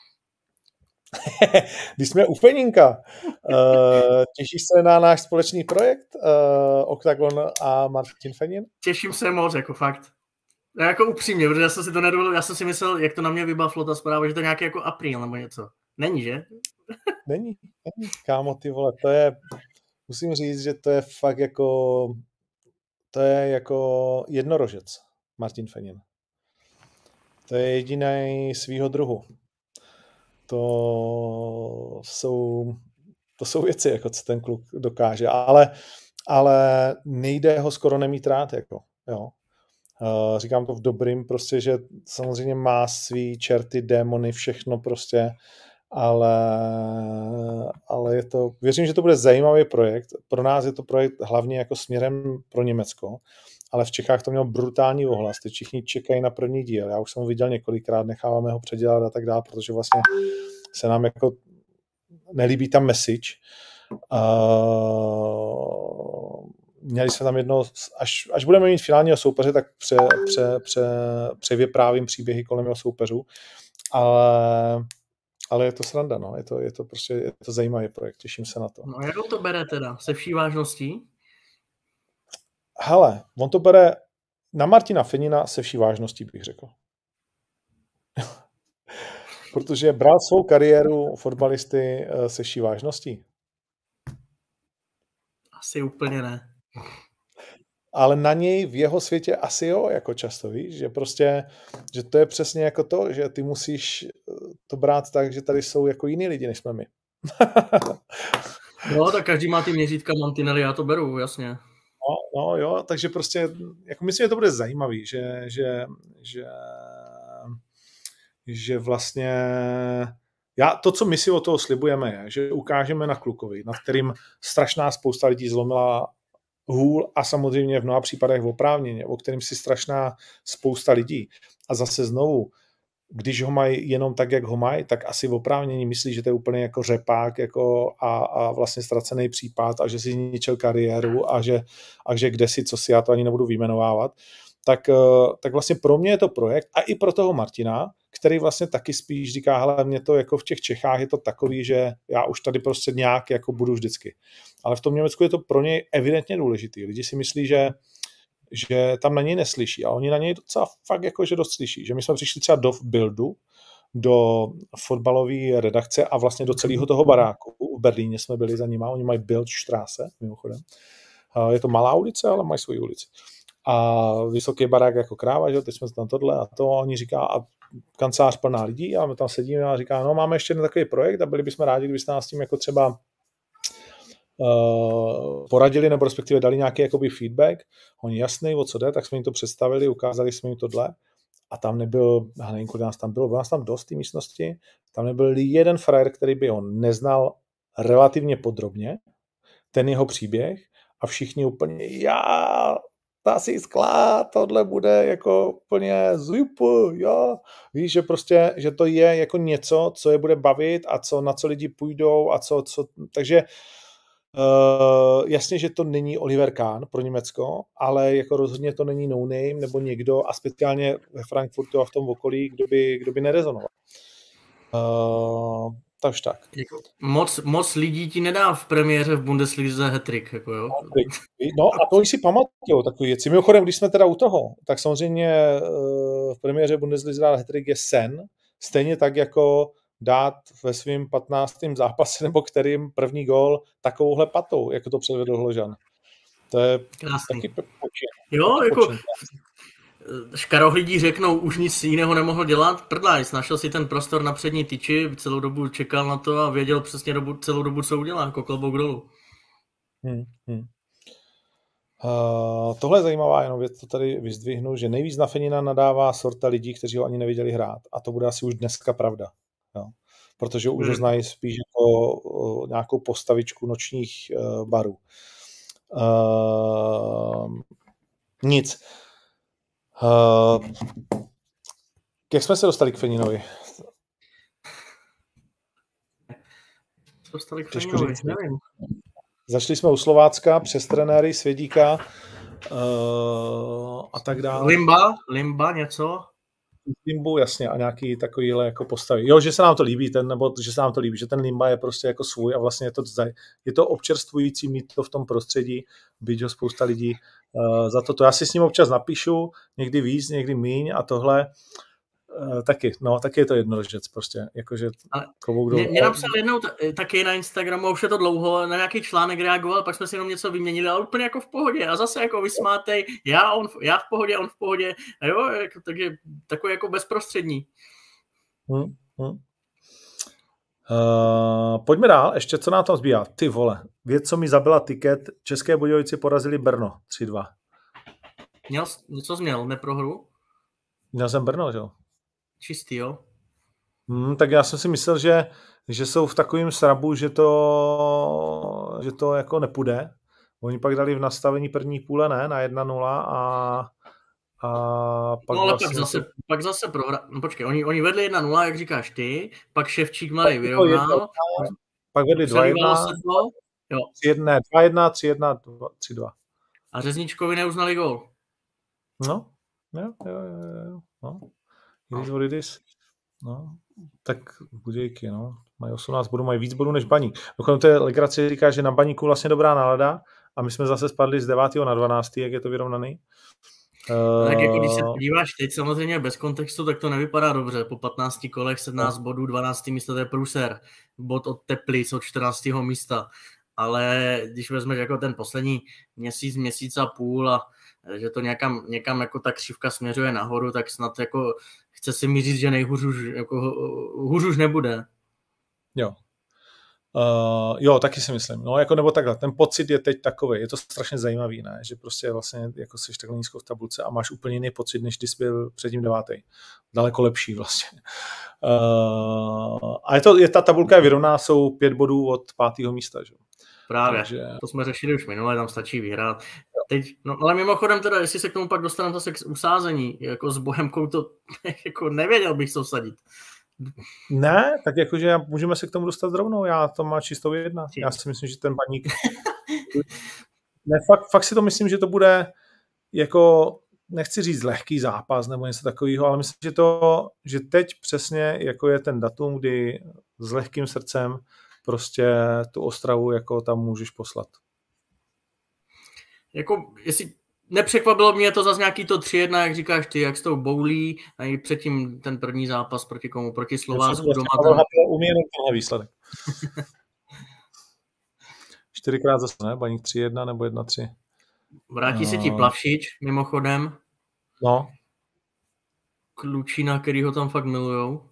Když jsme u Feninka, těšíš se na náš společný projekt Octagon a Martin Fenin? Těším se moc, jako fakt. Jako upřímně, protože já jsem si to nedovolil, já jsem si myslel, jak to na mě vybavilo ta zpráva, že to je nějaký jako apríl nebo něco. Není, že? Není, kámo, ty vole, to je, musím říct, že to je fakt jako, to je jako jednorožec, Martin Fenin. To je jediný svýho druhu. To jsou věci, jako co ten kluk dokáže, ale nejde ho skoro nemít rád, jako, jo. Říkám to v dobrým, prostě, že samozřejmě má svý čerty, démony, všechno prostě, ale je to, věřím, že to bude zajímavý projekt. Pro nás je to projekt hlavně jako směrem pro Německo, ale v Čechách to mělo brutální ohlas. Teď všichni čekají na první díl. Já už jsem ho viděl několikrát, necháváme ho předělat a tak dále, protože vlastně se nám jako nelíbí ta message. Měli jsme tam jedno, až budeme mít finálního soupeře, tak převyprávím příběhy kolem jeho soupeřů, ale je to sranda, no. Je to prostě je to zajímavý projekt, těším se na to. No jak on to bere teda? Se vší vážností? Hele, on to bere na Martina Fenina se vší vážností, bych řekl. Protože bral svou kariéru fotbalisty se vší vážností. Asi úplně ne. Ale na něj v jeho světě asi jo, jako často, víš, že prostě, že to je přesně jako to, že ty musíš to brát tak, že tady jsou jako jiní lidi, než jsme my. No, tak každý má ty měřítka, mantinely, já to beru, jasně. No jo, takže prostě, jako myslím, že to bude zajímavý, že vlastně to, co my si od toho slibujeme, je, že ukážeme na klukovi, nad kterým strašná spousta lidí zlomila hůl a samozřejmě v mnoha případech oprávněně, o kterým si strašná spousta lidí. A zase znovu, když ho mají jenom tak, jak ho mají, tak asi oprávnění myslí, že to je úplně jako řepák jako a vlastně ztracený případ a že si zničil kariéru a že kde si, co si, já to ani nebudu vyjmenovávat. Tak vlastně pro mě je to projekt a i pro toho Martina, který vlastně taky spíš říká, hele, mě to jako v těch Čechách je to takový, že já už tady prostě nějak jako budu vždycky. Ale v tom Německu je to pro něj evidentně důležitý. Lidi si myslí, že tam na něj neslyší a oni na něj docela fakt jako, že dost slyší. Že my jsme přišli třeba do Bildu, do fotbalové redakce a vlastně do celého toho baráku. V Berlíně jsme byli za nima, oni mají Bildstraße, mimochodem. Je to malá ulice, ale mají svoji ulici. A vysoký barák jako kráva, že teď jsme tam tohle a to, a oni říká, a kancelář plná lidí a my tam sedíme a říká, no máme ještě jeden takový projekt a byli bychom rádi, kdybyste nás tím jako třeba poradili nebo respektive dali nějaký jakoby feedback. Oni jasný, o co jde, tak jsme jim to představili, ukázali jsme jim tohle a tam nebyl, já nevím, kolik nás tam bylo nás tam dost v té místnosti, tam nebyl jeden frajer, který by ho neznal relativně podrobně, ten jeho příběh a všichni úplně, ta si sklá, tohle bude jako úplně zup, jo. Víš, že prostě, že to je jako něco, co je bude bavit a na co lidi půjdou a takže jasně, že to není Oliver Kahn pro Německo, ale jako rozhodně to není no name nebo někdo a speciálně ve Frankfurtu a v tom okolí, kdo by nerezonoval. Takže tak. Jako moc lidí ti nedá v premiéře v Bundeslize hat-trick, jako jo? No a to si pamatujou takový věci. Mimochodem, když jsme teda u toho, tak samozřejmě v premiéře Bundeslize hat-trick je sen, stejně tak jako dát ve svým 15. zápase nebo kterým první gól takovouhle patou, jako to předvedl Hložan. To je krásný. Taky počin. Jo, jako škarohlídí řeknou, už nic jiného nemohl dělat, prdlajs, našel si ten prostor na přední tyči, celou dobu čekal na to a věděl přesně celou dobu, co udělá, jako klobouk dolů. Tohle je zajímavá jenom věc, to tady vyzdvihnu, že nejvíc na Fenina nadává sorta lidí, kteří ho ani neviděli hrát. A to bude asi už dneska pravda. Jo. Protože už ho znají spíš jako nějakou postavičku nočních barů. Nic. Jak jsme se dostali k Feninovi? Nevím. Začali jsme u Slovácka, přes trenéry, Svědíka a tak dále. Limba něco? Limbu, jasně, a nějaký takovýhle jako postavy. Jo, že se nám to líbí, že ten Limba je prostě jako svůj a vlastně je to občerstvující mít to v tom prostředí, byť ho spousta lidí za to. Já si s ním občas napíšu, někdy víc, někdy míň a tohle taky je to jednorožec prostě, jakože mě napsal jednou taky na Instagramu, už je to dlouho, na nějaký článek reagoval, pak jsme si jenom něco vyměnili, ale úplně jako v pohodě a zase jako vysmátej, já v pohodě, on v pohodě a jo, jako, takže takový jako bezprostřední. Pojďme dál, ještě co nám tam zbývá. Ty vole, věc, co mi zabila tiket, České Budějovice porazili Brno 3-2. Co jsi měl, neprohru? Měl jsem Brno, jo. Čistý, jo? Tak já jsem si myslel, že jsou v takovém srabu, že to jako nepůjde. Oni pak dali v nastavení první půle na 1-0 a pak ale vlastně... pak zase prohra... No počkej, oni vedli 1-0, jak říkáš ty, pak Ševčík mladý vyrovnal. Pak vedli 2-1, 2-1, 3-1, 3-2. A Řezničkovi neuznali gól. No. It is what it is. No, tak Budějky, no. Mají 18 bodů, mají víc bodů než Baník. Dokonce té legraci říká, že na Baníku vlastně dobrá nálada a my jsme zase spadli z 9. na 12. Jak je to vyrovnaný? Tak jako když se podíváš teď samozřejmě bez kontextu, tak to nevypadá dobře. Po 15 kolech 17 bodů, 12. místo, to je průser. Bod od Teplic od 14. místa. Ale když vezmeš jako ten poslední měsíc a půl a že to někam jako ta křivka směřuje nahoru, tak snad jako chce si mi říct, že nejhůř už nebude. Jo, taky si myslím. No, jako nebo takhle, ten pocit je teď takový, je to strašně zajímavý, ne? Že prostě vlastně jako jsi takhle nízko v tabulce a máš úplně jiný pocit, než ty jsi byl předtím 9. Daleko lepší vlastně. A ta tabulka je vyrovná, jsou 5 bodů od 5. místa, že? Právě, takže... to jsme řešili už minule, tam stačí vyhrát. Teď, no, ale mimochodem teda, jestli se k tomu pak dostaneme zase k usázení, jako s Bohemkou, to jako nevěděl bych, co vsadit. Ne, tak jakože můžeme se k tomu dostat rovnou, já to mám čistou 1. Já si myslím, že ten Baník... Ne, fakt si to myslím, že to bude jako, nechci říct lehký zápas nebo něco takového, ale myslím, že teď přesně jako je ten datum, kdy s lehkým srdcem prostě tu Ostravu jako tam můžeš poslat. Jako, jestli nepřekvapilo mě to zase nějaký to 3-1, jak říkáš ty, jak s tou boulí, a i předtím ten první zápas proti komu? Proti Slovácku doma. Umí jenom tenhle výsledek. 4krát zase, ne? Baník 3-1 nebo 1-3. Vrátí se ti Plavšič, mimochodem. No. Klučina, který ho tam fakt milujou.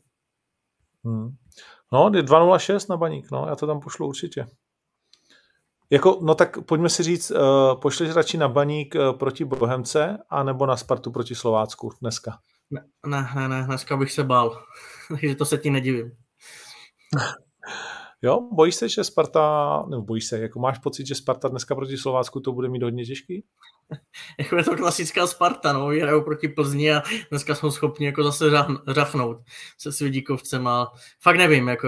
No, 2-0-6 na Baník, no, já to tam pošlu určitě. Jako, no tak pojďme si říct, pošleš radši na Baník proti Bohemce, anebo na Spartu proti Slovácku dneska? Ne, dneska bych se bál, takže to se ti nedivím. Jo, bojíš se, že Sparta, nebo bojíš se, jako máš pocit, že Sparta dneska proti Slovácku to bude mít hodně těžký? Jako je to klasická Sparta, no, hrajou proti Plzni a dneska jsou schopni jako zase řachnout se Svědíkovcem a fakt nevím, jako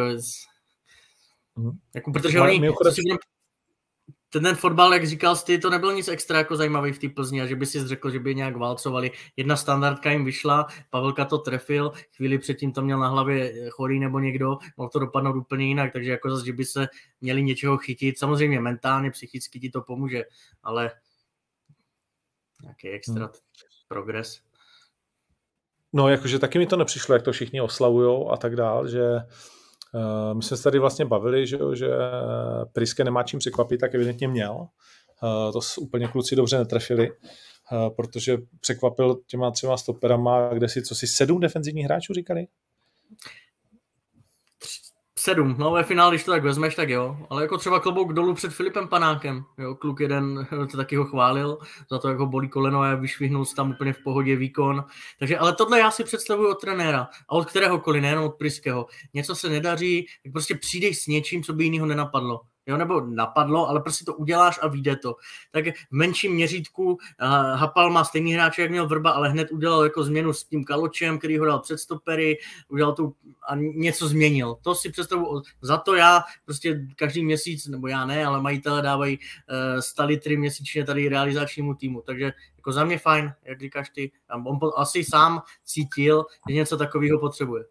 protože oni, ten fotbal, jak říkal jsi, to nebylo nic extra jako zajímavý v té Plzni a že by si řekl, že by nějak válcovali. Jedna standardka jim vyšla, Pavelka to trefil, chvíli předtím to měl na hlavě Chorý nebo někdo, mohl to dopadnout úplně jinak, takže jako zase, že by se měli něčeho chytit. Samozřejmě mentálně, psychicky ti to pomůže, ale nějaký extra progres. No, jakože taky mi to nepřišlo, jak to všichni oslavujou a tak dál, že my jsme se tady vlastně bavili, že Priske nemá čím překvapit, tak evidentně měl. To úplně kluci dobře netrefili, protože překvapil těma 3 stoperama, kde si 7 defenzivních hráčů říkali? 7, no ve finále, když to tak vezmeš, tak jo, ale jako třeba klobouk dolů před Filipem Panákem, jo, kluk jeden, to taky ho chválil za to, jak ho bolí koleno a vyšvihnul tam úplně v pohodě výkon, takže ale tohle já si představuji od trenéra a od kteréhokoliv, nejenom od Priského, něco se nedaří, tak prostě přijdeš s něčím, co by jiného nenapadlo. Jo, nebo napadlo, ale prostě to uděláš a vyjde to. Tak v menším měřítku Hapal má stejný hráče, jak měl Vrba, ale hned udělal jako změnu s tím Kaločem, který ho dal před stopery, udělal tu a něco změnil. To si představu, za to já prostě každý měsíc, nebo já ne, ale majitele dávají 100 litry měsíčně tady realizačnímu týmu, takže jako za mě fajn, jak říkáš ty, on asi sám cítil, že něco takového potřebuje.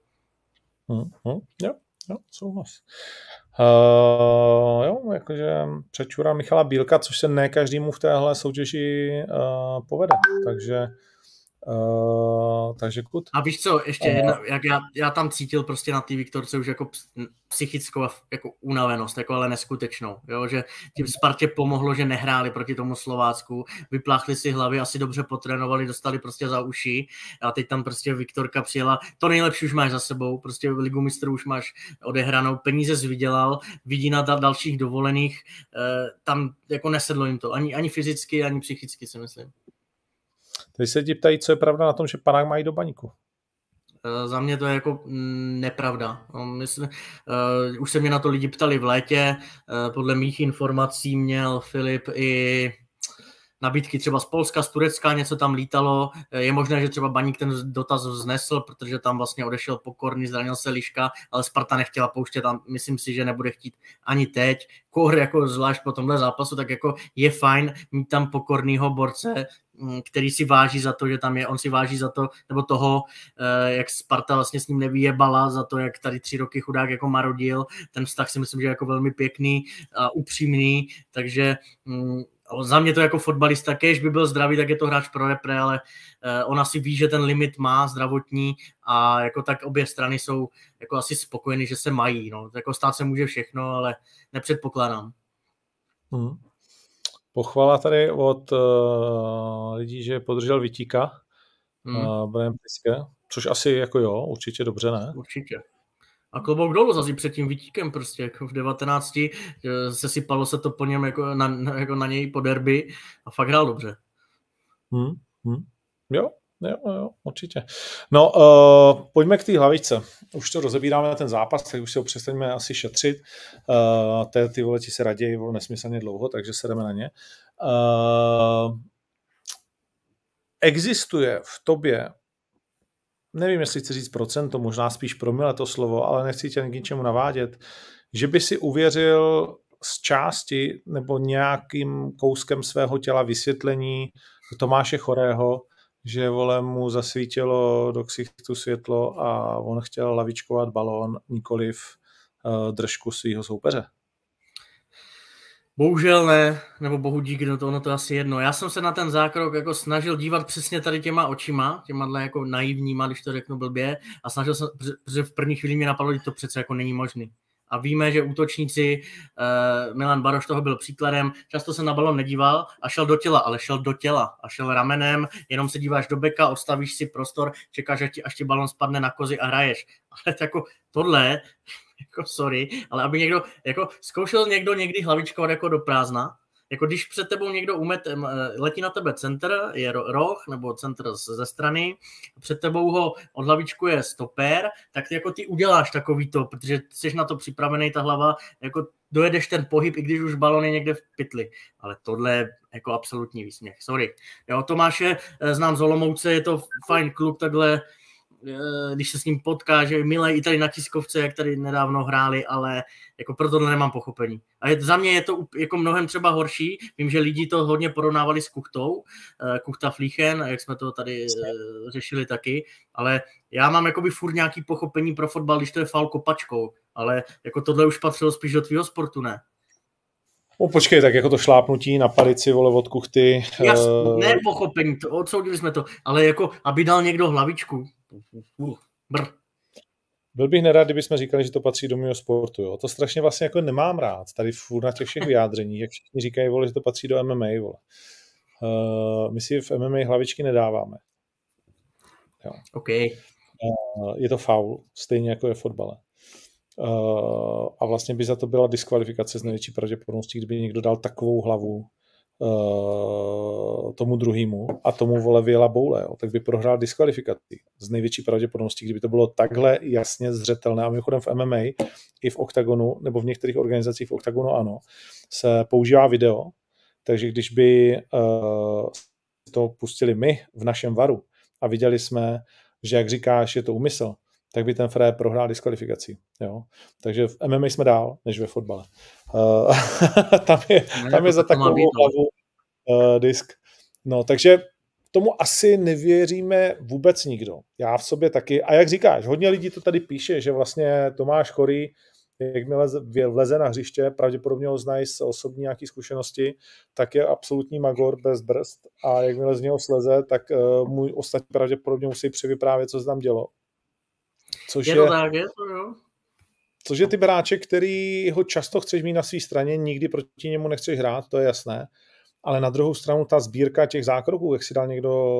Jo, souhlas. Jo, jakože přečurá Michala Bílka, což se ne každému v téhle soutěži povede, takže kud. A víš co, ještě jedna, jak já tam cítil prostě na té Viktorce už jako psychickou jako unavenost, jako ale neskutečnou, jo, že tím Spartě pomohlo, že nehráli proti tomu Slovácku, vypláchli si hlavy, asi dobře potrénovali, dostali prostě za uši a teď tam prostě Viktorka přijela, to nejlepší už máš za sebou, prostě Ligu mistrů už máš odehranou, peníze vydělal, vidí na dalších dovolených, tam jako nesedlo jim to, ani fyzicky, ani psychicky si myslím. Teď se ti ptají, co je pravda na tom, že Panák mají do baníku. Za mě to je jako nepravda. Už se mě na to lidi ptali v létě, podle mých informací měl Filip i nabídky třeba z Polska, z Turecka, něco tam lítalo. Je možné, že třeba Baník ten dotaz vznesl, protože tam vlastně odešel Pokorný, zranil se Liška, ale Sparta nechtěla pouštět a myslím si, že nebude chtít ani teď. Kor jako zvlášť po tomhle zápasu, tak jako je fajn mít tam Pokornýho borce, který si váží za to, že tam je, on si váží za to, nebo toho, jak Sparta vlastně s ním nevyjebala, za to, jak tady 3 roky chudák jako marodil. Ten vztah si myslím, že je jako velmi pěkný a upřímný, takže za mě to jako fotbalista, kež by byl zdravý, tak je to hráč pro repre, ale on asi ví, že ten limit má zdravotní a jako tak obě strany jsou jako asi spokojeny, že se mají. No. Jako stát se může všechno, ale nepředpokládám. Pochvala tady od lidí, že podržel Vitíka, Brian Priske, což asi jako jo, určitě dobře, ne? Určitě. A klobouk dolů zase před tím Vitíkem prostě, jako v 19 sesypalo se to po něm jako na něj po derby a fakt hrál dobře. Jo, určitě. No, pojďme k té hlavičce. Už to rozebíráme ten zápas, tak už si ho přestaňme asi šetřit. Ty vole ti se raději nesmyslně dlouho, takže se jdeme na ně. Existuje v tobě, nevím, jestli chci říct procento, možná spíš promile to slovo, ale nechci tě k ničemu navádět, že by si uvěřil z části nebo nějakým kouskem svého těla vysvětlení Tomáše Chorého, že vole mu zasvítilo do ksichtu světlo a on chtěl lavičkovat balón, nikoliv držku svého soupeře. Bohužel ne, nebo bohu díky, no to ono to asi jedno. Já jsem se na ten zákrok jako snažil dívat přesně tady těma očima, těma jako naivníma, když to řeknu blbě, a snažil jsem, protože v první chvíli mě napadlo, že to přece jako není možný. A víme, že útočníci, Milan Baroš toho byl příkladem, často se na balon nedíval a šel do těla, ale šel do těla a šel ramenem, jenom se díváš do beka, ostavíš si prostor, čekáš, až ti balon spadne na kozy a hraješ. Ale jako tohle, jako sorry, ale aby někdo, jako zkoušel někdo někdy hlavičkovat jako do prázdna, jako když před tebou někdo letí na tebe centr, je roh nebo centr ze strany, před tebou ho od hlavičkuje stoper, tak ty, jako ty uděláš takový to, protože jsi na to připravený, ta hlava, jako dojedeš ten pohyb, i když už balon je někde v pytli. Ale tohle je jako absolutní výsměch, sorry. Jo, Tomáše znám z Olomouce, je to fajn kluk, takhle, když se s ním potká, že je milej i tady na tiskovce, jak tady nedávno hráli, ale jako pro tohle nemám pochopení. A za mě je to jako mnohem třeba horší. Vím, že lidi to hodně porovnávali s Kuchtou, Kuchta Flíchen, jak jsme to tady řešili taky, ale já mám jakoby furt nějaký pochopení pro fotbal, když to je faul kopačkou, ale jako tohle už patřilo spíš do tvýho sportu, ne? Počkej, tak jako to šlápnutí na palici, vole, od Kuchty. Ne pochopení, odsoudili jsme to, ale jako aby dal někdo hlavičku. Byl bych nerad, kdybychom říkali, že to patří do mého sportu. Jo. To strašně vlastně jako nemám rád. Tady furt na těch všech vyjádřeních, jak všichni říkají, vole, že to patří do MMA. Vole. My si v MMA hlavičky nedáváme. Jo. Okay. Je to faul, stejně jako je v fotbale. A vlastně by za to byla diskvalifikace z největší pravděpodobností, kdyby někdo dal takovou hlavu tomu druhému a tomu vole vyjela boule, jo, tak by prohrál diskvalifikaci z největší pravděpodobností, kdyby to bylo takhle jasně zřetelné. A mimochodem v MMA i v Oktagonu, nebo v některých organizacích v Oktagonu ano, se používá video, takže když by to pustili my v našem varu a viděli jsme, že jak říkáš, je to úmysl, tak by ten Fré prohrál diskvalifikací. Jo? Takže v MMA jsme dál, než ve fotbale. Tam je za takovou hlavu disk. No, takže tomu asi nevěříme vůbec nikdo. Já v sobě taky. A jak říkáš, hodně lidí to tady píše, že vlastně Tomáš Chorý, jakmile vleze na hřiště, pravděpodobně ho znají z osobní nějaké zkušenosti, tak je absolutní magor bez brzd a jakmile z něho sleze, tak můj ostatní pravděpodobně musí převyprávět, co se tam dělo. Což je to tak, je to jo. Což je ty bráček, který ho často chceš mít na své straně, nikdy proti němu nechceš hrát, to je jasné. Ale na druhou stranu ta sbírka těch zákroků, jak si dal někdo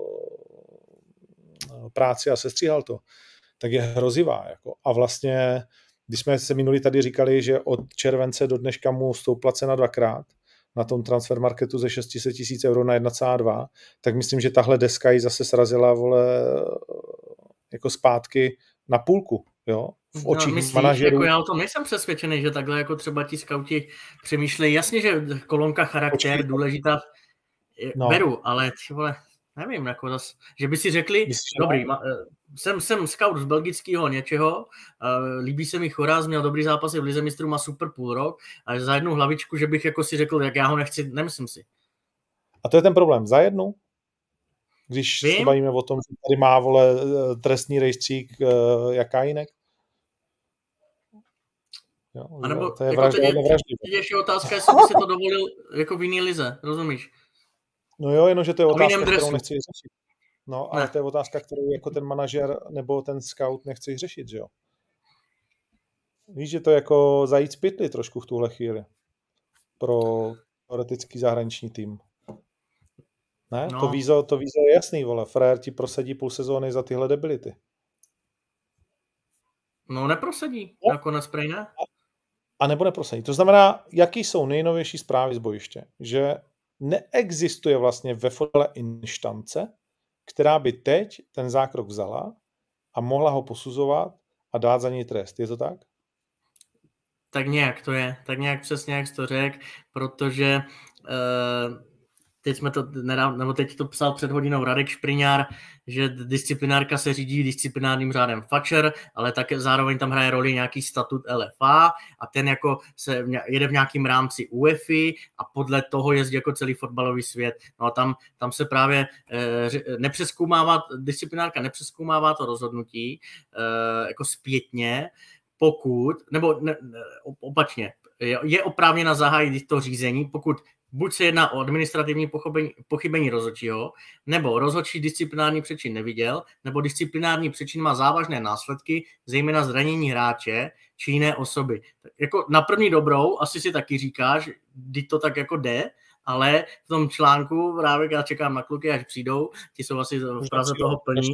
práci a sestříhal to, tak je hrozivá. Jako. A vlastně, když jsme se minuli tady říkali, že od července do dneška mu stoupla cena dvakrát na tom transfer marketu ze 600 000 € na 1,2, tak myslím, že tahle deska ji zase srazila vole, jako zpátky na půlku, jo, v očích manažerů. Jako já o tom nejsem přesvědčený, že takhle jako třeba ti skauti přemýšlejí. Jasně, že kolonka charakter důležitá beru, ale ty vole, nevím, jako zase, že by si řekli, dobrý, jsem scout z belgického něčeho, líbí se mi Choraz, měl dobrý zápasy v Lize mistrů, má super půl rok, a za jednu hlavičku, že bych jako si řekl, jak já ho nechci, nemyslím si. A to je ten problém, za jednu? Když se bavíme o tom, že tady má vole trestní rejstřík jaká jinak? Jo, a nebo to je jako teď ještě otázka, jestli by si to dovolil jako v jiný lize, rozumíš? No jo, jenomže to je otázka, kterou nechci řešit. No, ale to je otázka, kterou jako ten manažer nebo ten scout nechci řešit, že jo? Víš, že to je jako zajít z pytli trošku v tuhle chvíli pro teoretický zahraniční tým. Ne? No. To vízo je jasný, vole. Frér ti prosadí půl sezóny za tyhle debility. No neprosadí, nakonec prej ne. A nebo neprosadí. To znamená, jaký jsou nejnovější zprávy z bojiště? Že neexistuje vlastně ve fotbale instance, která by teď ten zákrok vzala a mohla ho posuzovat a dát za něj trest. Je to tak? Tak nějak to je. Tak nějak přesně, jak jsi to řekl, protože teď jsme to nebo teď to psal před hodinou Radek Špriňár, že disciplinárka se řídí disciplinárním řádem FAČR, ale také zároveň tam hraje roli nějaký statut LFA a ten jako se jede v nějakém rámci UEFI a podle toho jezdí jako celý fotbalový svět. No a tam se právě disciplinárka nepřezkoumává to rozhodnutí jako zpětně, pokud, nebo opačně, je oprávněna zahájit to řízení, pokud buď se jedná o administrativní pochybení rozhodčího, nebo rozhodčí disciplinární přečin neviděl, nebo disciplinární přečin má závažné následky, zejména zranění hráče či jiné osoby. Tak jako na první dobrou asi si taky říkáš, kdy to tak jako jde, ale v tom článku právě já čekám na kluky, až přijdou, ti jsou asi v Praze toho plní,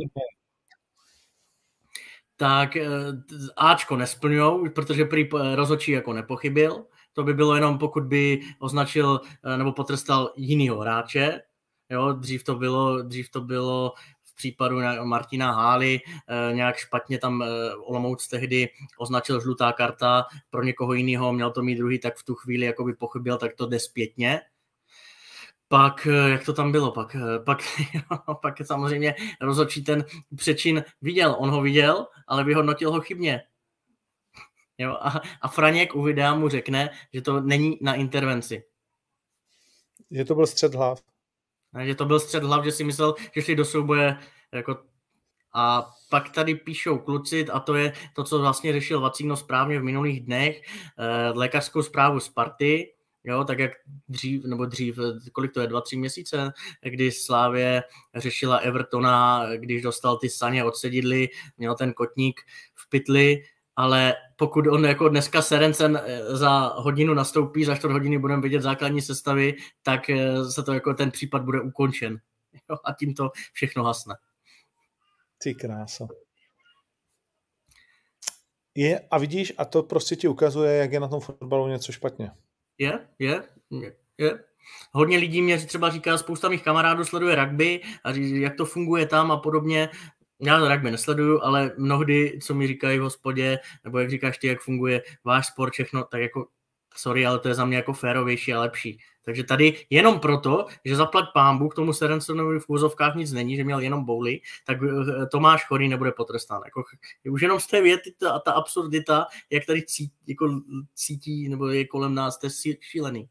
tak Ačko nesplňujou, protože prý rozhodčí jako nepochybil. To by bylo jenom, pokud by označil nebo potrestal jinýho hráče. Jo, dřív to bylo v případu Martina Hály, nějak špatně tam Olomouc tehdy označil žlutá karta pro někoho jiného, měl to mít druhý, tak v tu chvíli jako by pochybil, tak to jde zpětně. Pak, jak to tam bylo, pak samozřejmě rozhodčí ten přečin viděl, on ho viděl, ale vyhodnotil ho chybně. Jo, a Franěk u videa mu řekne, že to není na intervenci. Že to byl střet hlav. Že to byl střet hlav, že si myslel, že šli do souboje. Jako... A pak tady píšou kluci, a to je to, co vlastně řešil Vacíno správně v minulých dnech, lékařskou zprávu Sparty, jo, tak jak dřív, kolik to je, 2-3 měsíce, kdy Slavie řešila Evertona, když dostal ty saně od sedidly, měl ten kotník v pytli, ale pokud on jako dneska Serencen za hodinu nastoupí, za 4 hodiny budeme vidět základní sestavy, tak se to jako ten případ bude ukončen. Jo, a tím to všechno hasne. Ty krása. A vidíš, a to prostě ti ukazuje, jak je na tom fotbalu něco špatně. Je. Hodně lidí mě třeba říká, spousta mých kamarádů sleduje rugby a jak to funguje tam a podobně. Já rugby nesleduju, ale mnohdy, co mi říkají v hospodě, nebo jak říkáš ty, jak funguje váš sport, všechno, tak jako sorry, ale to je za mě jako férovější a lepší. Takže tady jenom proto, že zaplať pánbu, k tomu Sorensonovi v úzovkách nic není, že měl jenom bouly, tak Tomáš Chorý nebude potrestán. Jako, už jenom z té věty ta absurdita, jak tady cítí, nebo je kolem nás, to je šílený.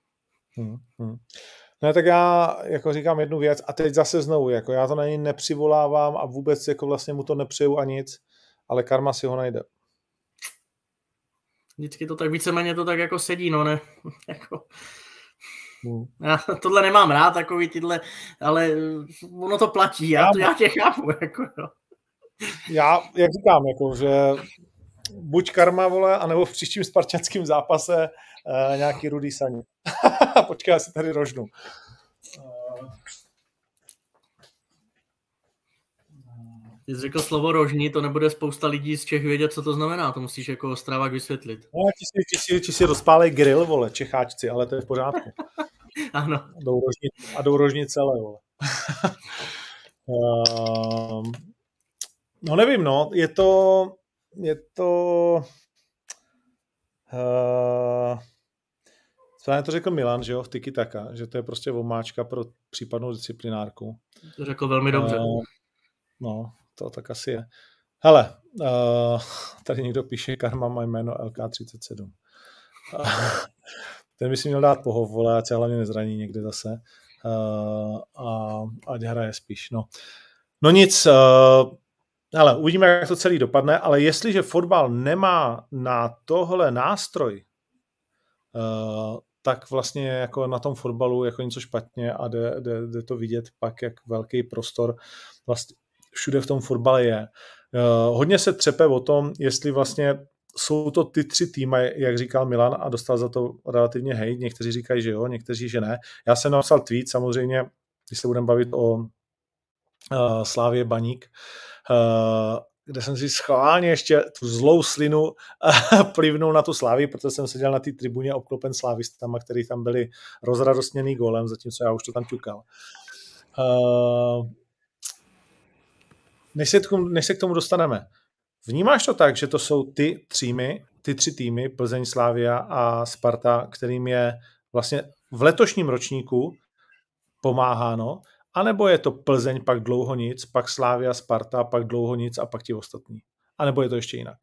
No tak já jako říkám jednu věc a teď zase znovu, jako já to na něj nepřivolávám a vůbec jako vlastně mu to nepřeju a nic, ale karma si ho najde. Vždycky to tak víceméně to tak jako sedí, no ne, jako... Já tohle nemám rád, takový tyhle, ale ono to platí, já tě chápu, jako jo. Já, jak říkám, jako, že buď karma, vole, anebo v příštím spartanském zápase nějaký rudý saní. Počkej, já si tady rožnu. Ty jsi řekl slovo rožní, to nebude spousta lidí z Čech vědět, co to znamená, to musíš jako Ostravák vysvětlit. No, ti si rozpálej grill, vole, Čecháčci, ale to je v pořádku. Ano. Jdou rožnit celé, vole. No nevím, no, je to správně to řekl Milan, že jo, v Tiki Taka, že to je prostě omáčka pro případnou disciplinárku. To řekl velmi dobře. No, to tak asi je. Hele, tady někdo píše, karma má jméno LK37. Ten by si měl dát pohov, vole, ať se hlavně nezraní někde zase. A ať hraje spíš, no. No nic, hele, uvidíme, jak to celý dopadne, ale jestliže fotbal nemá na tohle nástroj, tak vlastně jako na tom fotbalu jako něco špatně a jde to vidět pak, jak velký prostor vlastně všude v tom fotbale je. Hodně se třepe o tom, jestli vlastně jsou to ty 3 týmy, jak říkal Milan, a dostal za to relativně hejt. Někteří říkají, že jo, někteří, že ne. Já jsem napsal tweet, samozřejmě, když se budeme bavit o Slávě Baník, kde jsem si schválně ještě tu zlou slinu plivnul na tu Slávy, protože jsem seděl na té tribuně obklopen slávistama, který tam byli rozradostněný gólem, zatímco já už to tam ťukal. Než se k tomu dostaneme, vnímáš to tak, že to jsou ty 3 týmy, Plzeň, Slavia a Sparta, kterým je vlastně v letošním ročníku pomáháno, anebo je to Plzeň, pak dlouho nic, pak Slavia, Sparta, pak dlouho nic a pak ti ostatní? A nebo je to ještě jinak?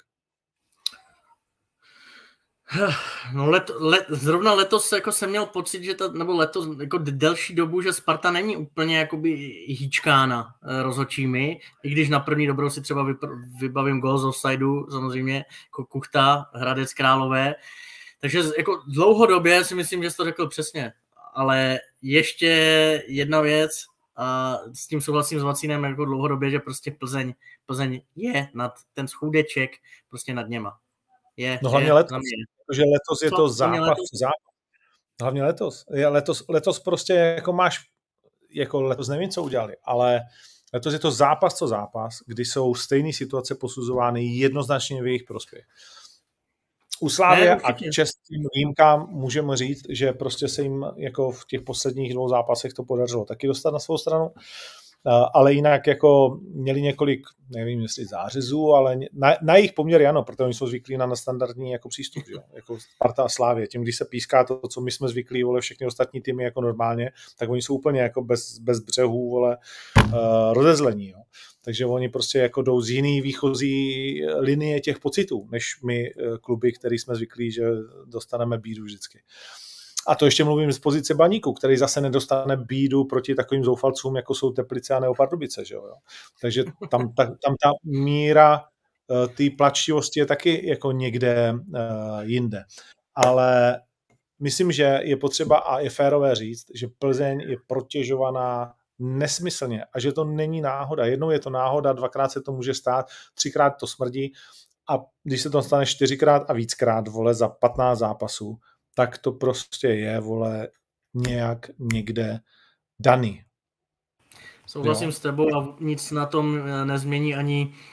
No zrovna letos jako jsem měl pocit, že nebo letos jako delší dobu, že Sparta není úplně jakoby hýčkána rozhodčími, i když na první dobrou si třeba vybavím gól z offsideu, samozřejmě jako Kuchta, Hradec Králové, takže jako dlouhodobě si myslím, že jsi to řekl přesně, ale ještě jedna věc, a s tím souhlasím s Vacínem jako dlouhodobě, že prostě Plzeň je nad ten schůdeček prostě nad něma. No hlavně letos, protože letos je to zápas. Hlavně letos prostě jako máš, jako letos nevím, co udělali, ale letos je to zápas co zápas, kdy jsou stejné situace posuzovány jednoznačně v jejich prospěch. U Slávy a českým výjimkám můžeme říct, že prostě se jim jako v těch posledních 2 zápasech to podařilo taky dostat na svou stranu, ale jinak jako měli několik, nevím jestli zářezů, ale na jejich poměry ano, protože oni jsou zvyklí na standardní jako přístup, jo? Jako Sparta a Slávě. Tím, když se píská to, co my jsme zvyklí, vole, všechny ostatní týmy jako normálně, tak oni jsou úplně jako bez břehů, vole, rozezlení, jo? Takže oni prostě jako jdou z jiný výchozí linie těch pocitů, než my kluby, který jsme zvyklí, že dostaneme bídu vždycky. A to ještě mluvím z pozice Baníku, který zase nedostane bídu proti takovým zoufalcům, jako jsou Teplice a Pardubice, že jo. Takže tam ta míra té plačivosti je taky jako někde jinde. Ale myslím, že je potřeba a je férové říct, že Plzeň je protěžovaná nesmyslně a že to není náhoda. Jednou je to náhoda, 2krát se to může stát, 3krát to smrdí a když se to stane 4krát a víckrát, vole, za 15 zápasů, tak to prostě je, vole, nějak někde daný. Souhlasím s tebou a nic na tom nezmění ani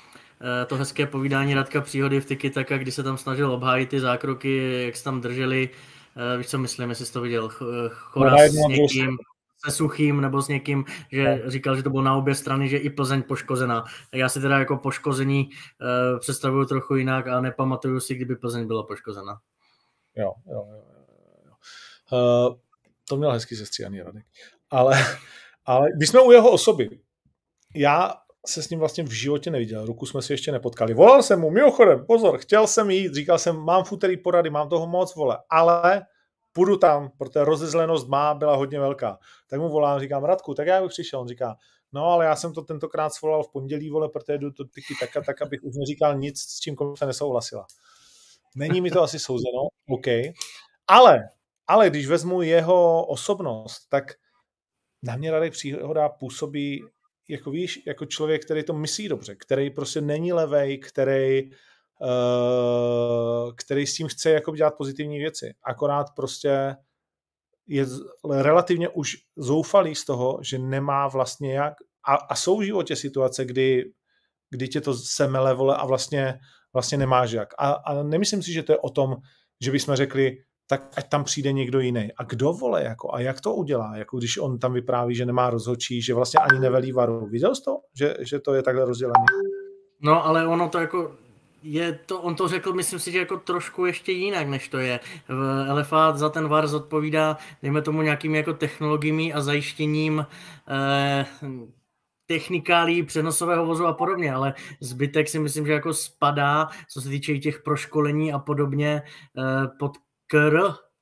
to hezké povídání Radka Příhody v Tiki Taka, kdy se tam snažil obhájit ty zákroky, jak se tam drželi. Víš, co myslím, jestli jsi to viděl? Chora s někým, se Suchým nebo s někým, že říkal, že to bylo na obě strany, že i Plzeň poškozená. Já si teda jako poškození představuju trochu jinak a nepamatuju si, kdyby Plzeň byla poškozená. Jo. To měl hezky sestříhaný Radek. Ale když jsme u jeho osoby, já se s ním vlastně v životě neviděl, ruku jsme si ještě nepotkali. Volal jsem mu, mimochodem, pozor, chtěl jsem jít, říkal jsem, mám v úterý porady, mám toho moc, vole, ale půjdu tam, protože rozezlenost byla hodně velká. Tak mu volám, říkám, Radku, tak já bych přišel. On říká, no ale já jsem to tentokrát svolal v pondělí, vole, protože jdu to Tiki Taka, tak abych už neříkal nic, s čím komise nesouhlasila. Není mi to asi souzeno, OK. Ale když vezmu jeho osobnost, tak na mě Radek Příhoda působí jako víš, jako člověk, který to myslí dobře, který prostě není levej, který s tím chce jako dělat pozitivní věci. Akorát prostě je relativně už zoufalý z toho, že nemá vlastně jak a jsou v životě situace, kdy tě to semele, vole, a vlastně nemáš jak. A nemyslím si, že to je o tom, že bychom řekli, tak ať tam přijde někdo jiný. A kdo, vole, jako, a jak to udělá? Jako když on tam vypráví, že nemá rozhodčí, že vlastně ani nevelí VARu. Viděl jsi to? Že to je takhle rozdělené? No, ale ono to jako on to řekl, myslím si, že jako trošku ještě jinak, než to je. LFA za ten VAR zodpovídá, dejme tomu, nějakými jako technologiemi a zajištěním technikálí přenosového vozu a podobně, ale zbytek si myslím, že jako spadá, co se týče i těch proškolení a podobně, pod KR.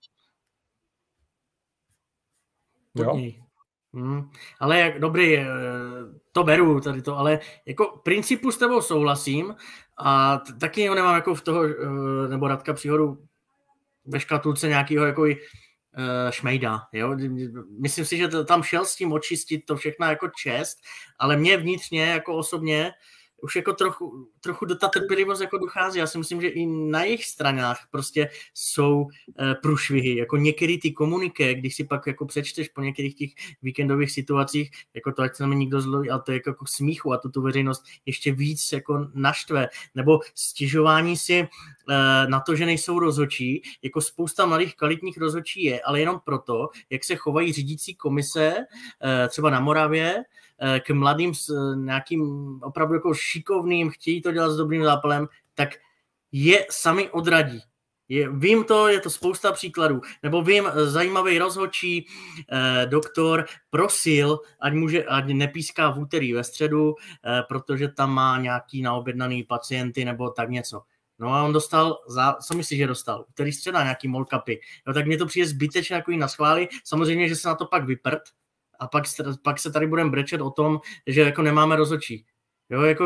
Jo. Ale jak dobrý, to beru tady to, ale jako principu s tebou souhlasím a taky ho nemám jako v toho, nebo Radka Příhodu ve škatulce nějakého jako šmejda, jo. Myslím si, že tam šel s tím očistit to všechno jako čest, ale mě vnitřně jako osobně už jako trochu do ta trpělivost jako dochází. Já si myslím, že i na jejich stranách prostě jsou průšvihy. Jako některé ty komuniké, když si pak jako přečteš po některých těch víkendových situacích, jako to, ať se na mě nikdo zloví, ale to je jako smíchu a tu veřejnost ještě víc jako naštve. Nebo stěžování si na to, že nejsou rozhodčí. Jako spousta mladých kvalitních rozhodčí je, ale jenom proto, jak se chovají řídící komise třeba na Moravě, k mladým s nějakým opravdu jako šikovným, chtějí to dělat s dobrým zápalem, tak je sami odradí. Vím to, je to spousta příkladů. Nebo vím, zajímavý rozhodčí doktor prosil, ať nepíská v úterý ve středu, protože tam má nějaký naobjednaný pacienty nebo tak něco. No a on dostal, co myslíš, že dostal? Úterý středa nějaký molkapy. No tak mně to přijde zbytečně jako jí naschválí. Samozřejmě, že se na to pak vyprt, a pak se tady budeme brečet o tom, že jako nemáme rozhodčí. Jo, jako...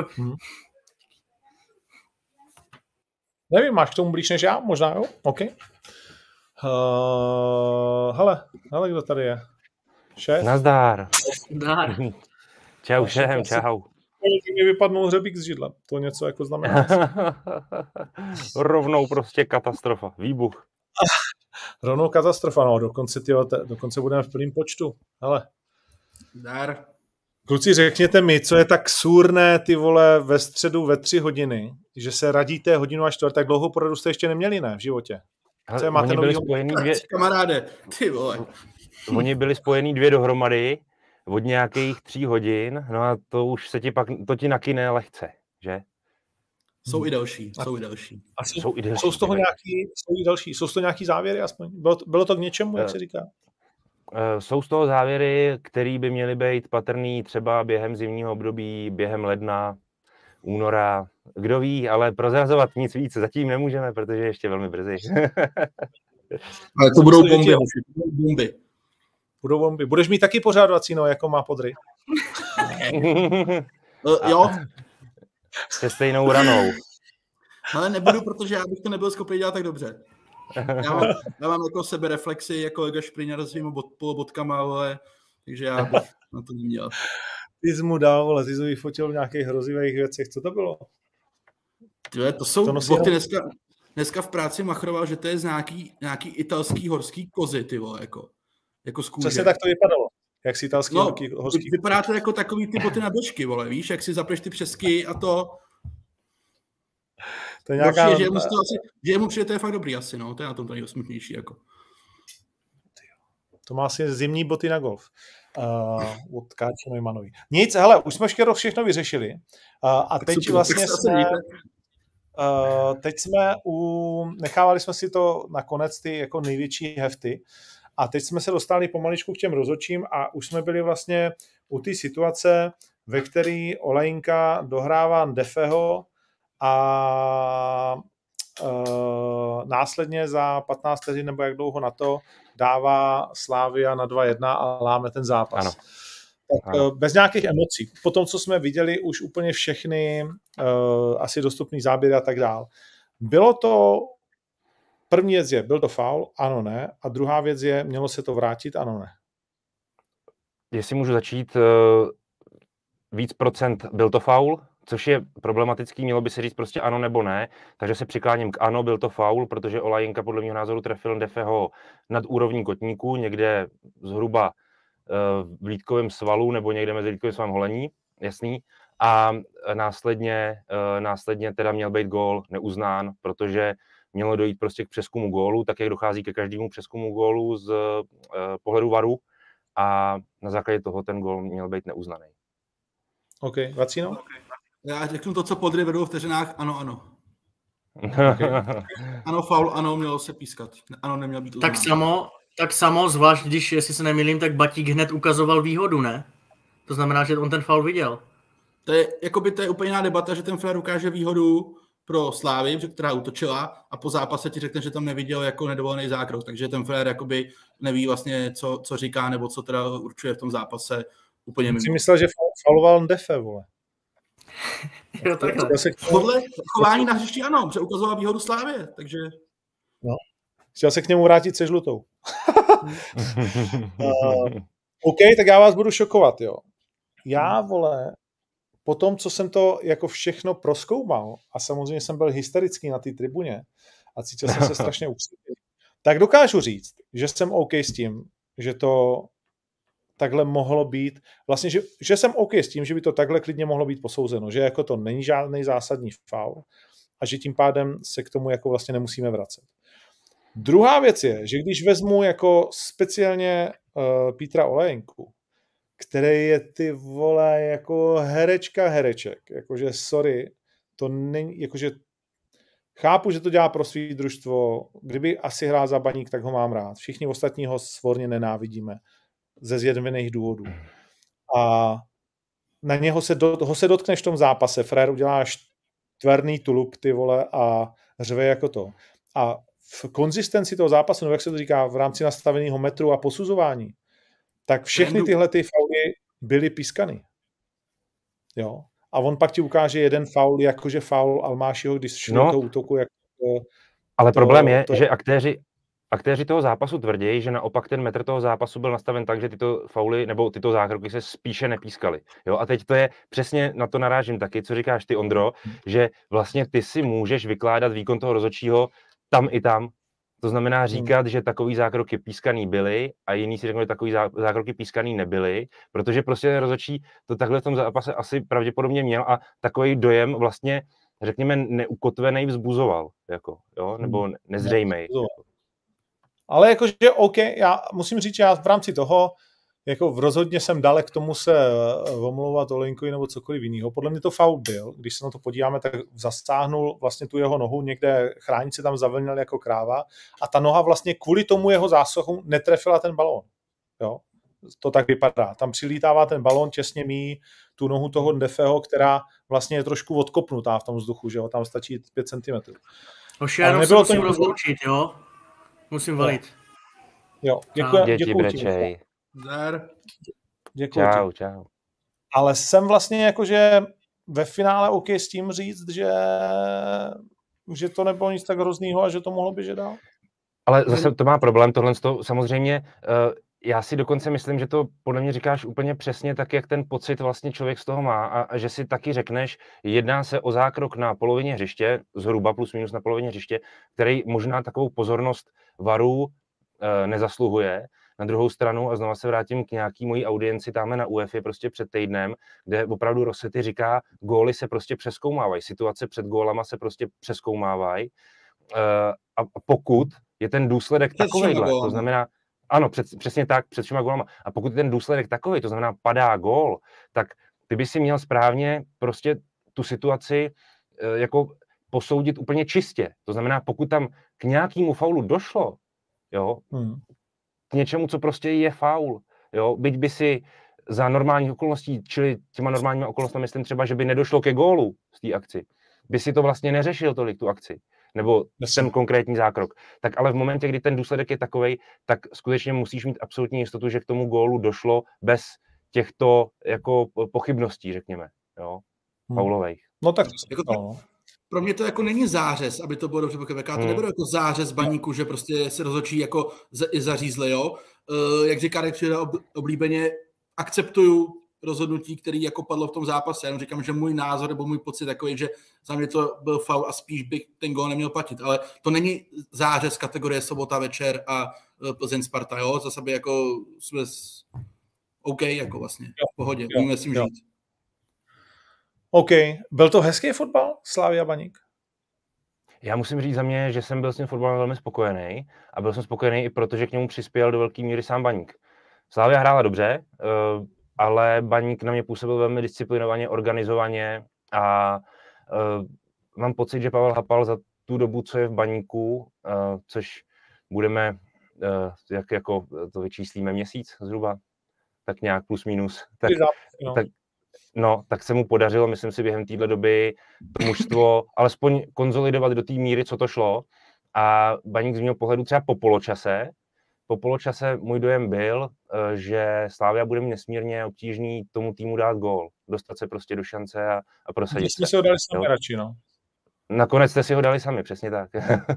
Nevím, máš k tomu blíž než já? Možná jo? OK. Hele, kdo tady je? Šéf? Nazdár. Nazdár. Čau, šéf, čau. Mi vypadnul hřebík z židla. To něco jako znamená. Rovnou prostě katastrofa. Výbuch. Rovnou katastrofa, no. Dokonce budeme v plném počtu. Hele. Dar. Kluci, řekněte mi, co je tak sůrné, ty vole, ve středu ve 3 hodiny, že se radíte hodinu a čtvrt, tak dlouhou poradu jste ještě neměli, ne, v životě? Co máte oni byli spojený kamaráde, ty vole. Oni byli spojený 2 dohromady od nějakých 3 hodin, no a to už se ti pak, to ti nakyne lehce, že? Jsou i další. Jsou z toho nějaký závěry aspoň? Bylo to k něčemu, jak se říká? Jsou z toho závěry, které by měly být patrný třeba během zimního období, během ledna, února, kdo ví, ale prozrazovat nic víc zatím nemůžeme, protože je ještě velmi brzy. Ale to budou bomby. Budou bomby. Budeš mít taky pořádovací, no, jako má Podry. Jo. Se stejnou ranou. Ale nebudu, protože já bych to nebyl schopný dělat tak dobře. Já mám jako sebereflexy, jako kolega Špriňar s svými polobodkama, ale takže já bych na to neměl. Ty jsi mu dal, ale ty jsi vyfotil v nějakých hrozivých věcech. Co to bylo? Tyhle, to jsou boty dneska v práci machroval, že to je z nějaký italský horský kozy, ty vole, jako z kůže. Přesně tak to vypadalo. Jak si italský horský. Vypadá to jako takový ty boty na dočky, vole, víš, jak si zapneš ty přesky a to... To je nějaká... Horší je, že jemu přijde, to je fakt dobrý asi, no. To je na tom to nejsmutnější, jako. To má asi zimní boty na golf. Od Káče Neumannový. Nic, hele, už jsme všechno vyřešili. A teď super, vlastně jsme nechávali jsme si to nakonec ty jako největší hefty a teď jsme se dostali pomaličku k těm rozhodčím a už jsme byli vlastně u té situace, ve které Olejnka dohrává Ndefeho a následně za 15 vteřin nebo jak dlouho na to dává Slavia na 2-1 a láme ten zápas. Ano. Tak, bez nějakých emocí. Po tom, co jsme viděli už úplně všechny asi dostupný záběry a tak dál. Bylo to, první věc je, byl to faul, ano, ne, a druhá věc je, mělo se to vrátit, ano, ne. Jestli můžu začít, víc procent byl to faul, což je problematický, mělo by se říct prostě ano nebo ne, takže se přikláním k ano, byl to faul, protože Olajinka podle mého názoru trefil Ndefeho nad úrovní kotníku, někde zhruba v lítkovém svalu nebo někde mezi lítkovým svalem holení, jasný, a následně teda měl být gól neuznán, protože mělo dojít prostě k přezkumu gólu, tak jak dochází ke každému přezkumu gólu z pohledu VARu a na základě toho ten gól měl být neuznaný. OK, Vacíno? Okay. Já řeknu to, co podry vedou v vteřinách, ano. Okay. Ano, faul, ano, mělo se pískat. Ano, neměl být uznán. Tak samo, zvlášť když, jestli se nemýlím, tak Batík hned ukazoval výhodu, ne? To znamená, že on ten faul viděl. To je úplně jiná debata, že ten Flair ukáže výhodu pro Slávy, která útočila a po zápase ti řekne, že tam neviděl jako nedovolený zákrok, takže ten Flair jakoby neví vlastně, co říká, nebo co teda určuje v tom zápase úplně mimo. Jsi myslel, že fauloval Ndefe, vole. Jo, takhle. Podle chování na hřišti ano, protože ukazoval výhodu Slávě, takže... No. Chtěl se k němu vrátit se žlutou. OK, tak já vás budu šokovat, jo. Já, vole, po tom, co jsem to jako všechno prozkoumal a samozřejmě jsem byl hysterický na té tribuně a cítil jsem se strašně upřímně, tak dokážu říct, že jsem OK s tím, že to takhle mohlo být, vlastně, že jsem OK s tím, že by to takhle klidně mohlo být posouzeno, že jako to není žádný zásadní faul a že tím pádem se k tomu jako vlastně nemusíme vracet. Druhá věc je, že když vezmu jako speciálně Petra Olejnku, který je ty vole jako hereček, jakože sorry, to není, jakože chápu, že to dělá pro svý družstvo, kdyby asi hrál za Baník, tak ho mám rád. Všichni ostatní ho svorně nenávidíme ze zjedvených důvodů. A na něho se dotkneš v tom zápase, Frér udělá čtverný tulup, ty vole, a řve jako to. A v konzistenci toho zápasu, no jak se to říká, v rámci nastaveného metru a posuzování, tak všechny tyhle ty fauly byly pískaný. Jo. A on pak ti ukáže jeden faul, jakože faul Almášiho, když šli do toho útoku. Ale problém je, že aktéři toho zápasu tvrdí, že naopak ten metr toho zápasu byl nastaven tak, že tyto fauly nebo tyto zákroky se spíše nepískaly. Jo? A teď to je přesně na to narážím taky, co říkáš ty, Ondro, že vlastně ty si můžeš vykládat výkon toho rozhodčího tam i tam. To znamená říkat, že takový zákroky pískaný byly a jiný si řeknou, že takový zákroky pískaný nebyly, protože prostě ten rozhodčí to takhle v tom zápase asi pravděpodobně měl a takový dojem vlastně, řekněme, neukotvený vzbuzoval, jako, jo? Nebo nezřejmej. Ale jakože OK, já musím říct, že já v rámci toho jako rozhodně jsem dalek tomu se omlouvat Olejnkovi nebo cokoliv jiného. Podle mě to faul byl, když se na to podíváme, tak zastáhnul vlastně tu jeho nohu, někde chránič se tam zavlnil jako kráva a ta noha vlastně kvůli tomu jeho zásahu netrefila ten balón. Jo? To tak vypadá. Tam přilítává ten balón, těsně míjí tu nohu toho Ndefeho, která vlastně je trošku odkopnutá v tom vzduchu, že jo? Tam stačí 5 cm. Oši, já jenom se musím rozloučit, jo? Musím valit. Jo, děkuji ti. Děkuji. Čau. Ale jsem vlastně jakože ve finále OK s tím říct, že to nebylo nic tak hroznýho a že to mohlo běžet dál. Ale zase to má problém, tohle samozřejmě, já si dokonce myslím, že to podle mě říkáš úplně přesně tak, jak ten pocit vlastně člověk z toho má a že si taky řekneš, jedná se o zákrok na polovině hřiště, zhruba plus minus na polovině hřiště, který možná takovou pozornost VARu nezasluhuje, Na druhou stranu, a znova se vrátím k nějaký mojí audienci tamhle na UEFA prostě před týdnem, kde opravdu Rossetti říká, góly se prostě přezkoumávají, situace před gólama se prostě přezkoumávají. A pokud je ten důsledek takovejhle, to znamená, ano, přesně tak, před všema gólama. A pokud je ten důsledek takový, to znamená padá gól, tak ty by si měl správně prostě tu situaci jako posoudit úplně čistě. To znamená, pokud tam k nějakému faulu došlo, jo, k něčemu, co prostě je faul, jo, byť by si za normálních okolností, čili těma normálníma okolnostmi, myslím třeba, že by nedošlo ke gólu z té akci, by si to vlastně neřešil tolik tu akci, nebo ten konkrétní zákrok. Tak ale v momentě, kdy ten důsledek je takovej, tak skutečně musíš mít absolutní jistotu, že k tomu gólu došlo bez těchto jako pochybností, řekněme, jo, faulových. No tak pro mě to jako není zářez, aby to bylo dobře pochybek. Já to neberu jako zářez Baníku, že prostě se rozhodčí jako zařízli, jo. Jak říká oblíbeně, akceptuju rozhodnutí, který jako padlo v tom zápase. Jenom říkám, že můj názor nebo můj pocit takový, že za mě to byl faul a spíš by ten gól neměl platit. Ale to není zářez kategorie sobota večer a Plzeň Sparta, jo. Zase by jako jsme OK, jako vlastně, v pohodě, umíme s tím žít. OK. Byl to hezký fotbal, Slavia Baník? Já musím říct za mě, že jsem byl s tím fotbalem velmi spokojený a byl jsem spokojený i proto, že k němu přispěl do velké míry sám Baník. Slavia hrála dobře, ale Baník na mě působil velmi disciplinovaně, organizovaně a mám pocit, že Pavel Hapal za tu dobu, co je v Baníku, což budeme, jak jako to vyčíslíme, měsíc zhruba, tak nějak plus minus, tak se mu podařilo, myslím si, během téhle doby to mužstvo alespoň konzolidovat do té míry, co to šlo. A Baník z mého pohledu třeba po poločase můj dojem byl, že Slavia bude mít nesmírně obtížný tomu týmu dát gól. Dostat se prostě do šance a prosadit se. Jsme si ho dali sami radši, no. Nakonec jste si ho dali sami, přesně tak.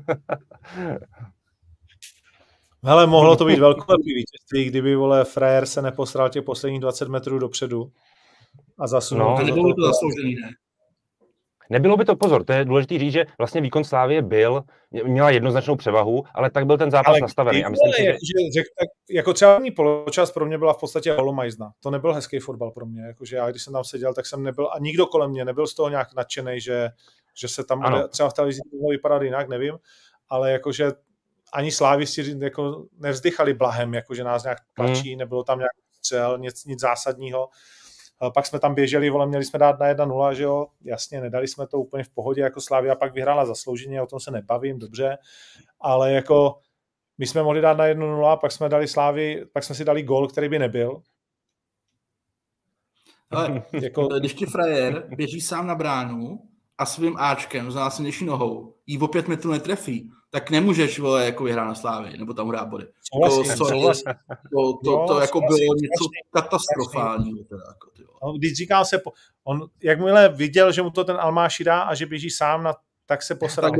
Hele, mohlo to být velkolepý vítězství, kdyby, vole, frajer se neposral těch posledních 20 metrů dopředu a zasunul. No, nebylo to zasloužený, ne? Nebylo by to, pozor, to je důležité říct, že vlastně výkon Slavie měla jednoznačnou převahu, ale tak byl ten zápas nastavený. A myslím si, že jako třeba první poločas pro mě byla v podstatě holomajzna. To nebyl hezký fotbal pro mě. Jakože já, když jsem tam seděl, tak jsem nebyl, a nikdo kolem mě nebyl z toho nějak nadšenej, že se tam bude, třeba v televizi to vypadat jinak, nevím, ale jakože ani slávisti jako nevzdychali blahem, jakože nás nějak tlačí, nebylo tam nějak střel, nic zásadního. Pak jsme tam běželi, vole, měli jsme dát na 1-0, že jo, jasně, nedali jsme to úplně v pohodě, jako Slavia pak vyhrála zaslouženě, o tom se nebavím, dobře, ale jako my jsme mohli dát na 1-0, pak jsme dali Slavii, pak jsme si dali gól, který by nebyl. Ale když ti frajer běží sám na bránu a svým áčkem, znamená silnější nohou, jí o 5 metrů netrefí, tak nemůžeš, vole, jako vyhrát na Slávii, nebo tam hrát body. To jako bylo něco katastrofálního. No, když říkal se, jakmile viděl, že mu to ten Almáši dá a že běží sám, tak se posral.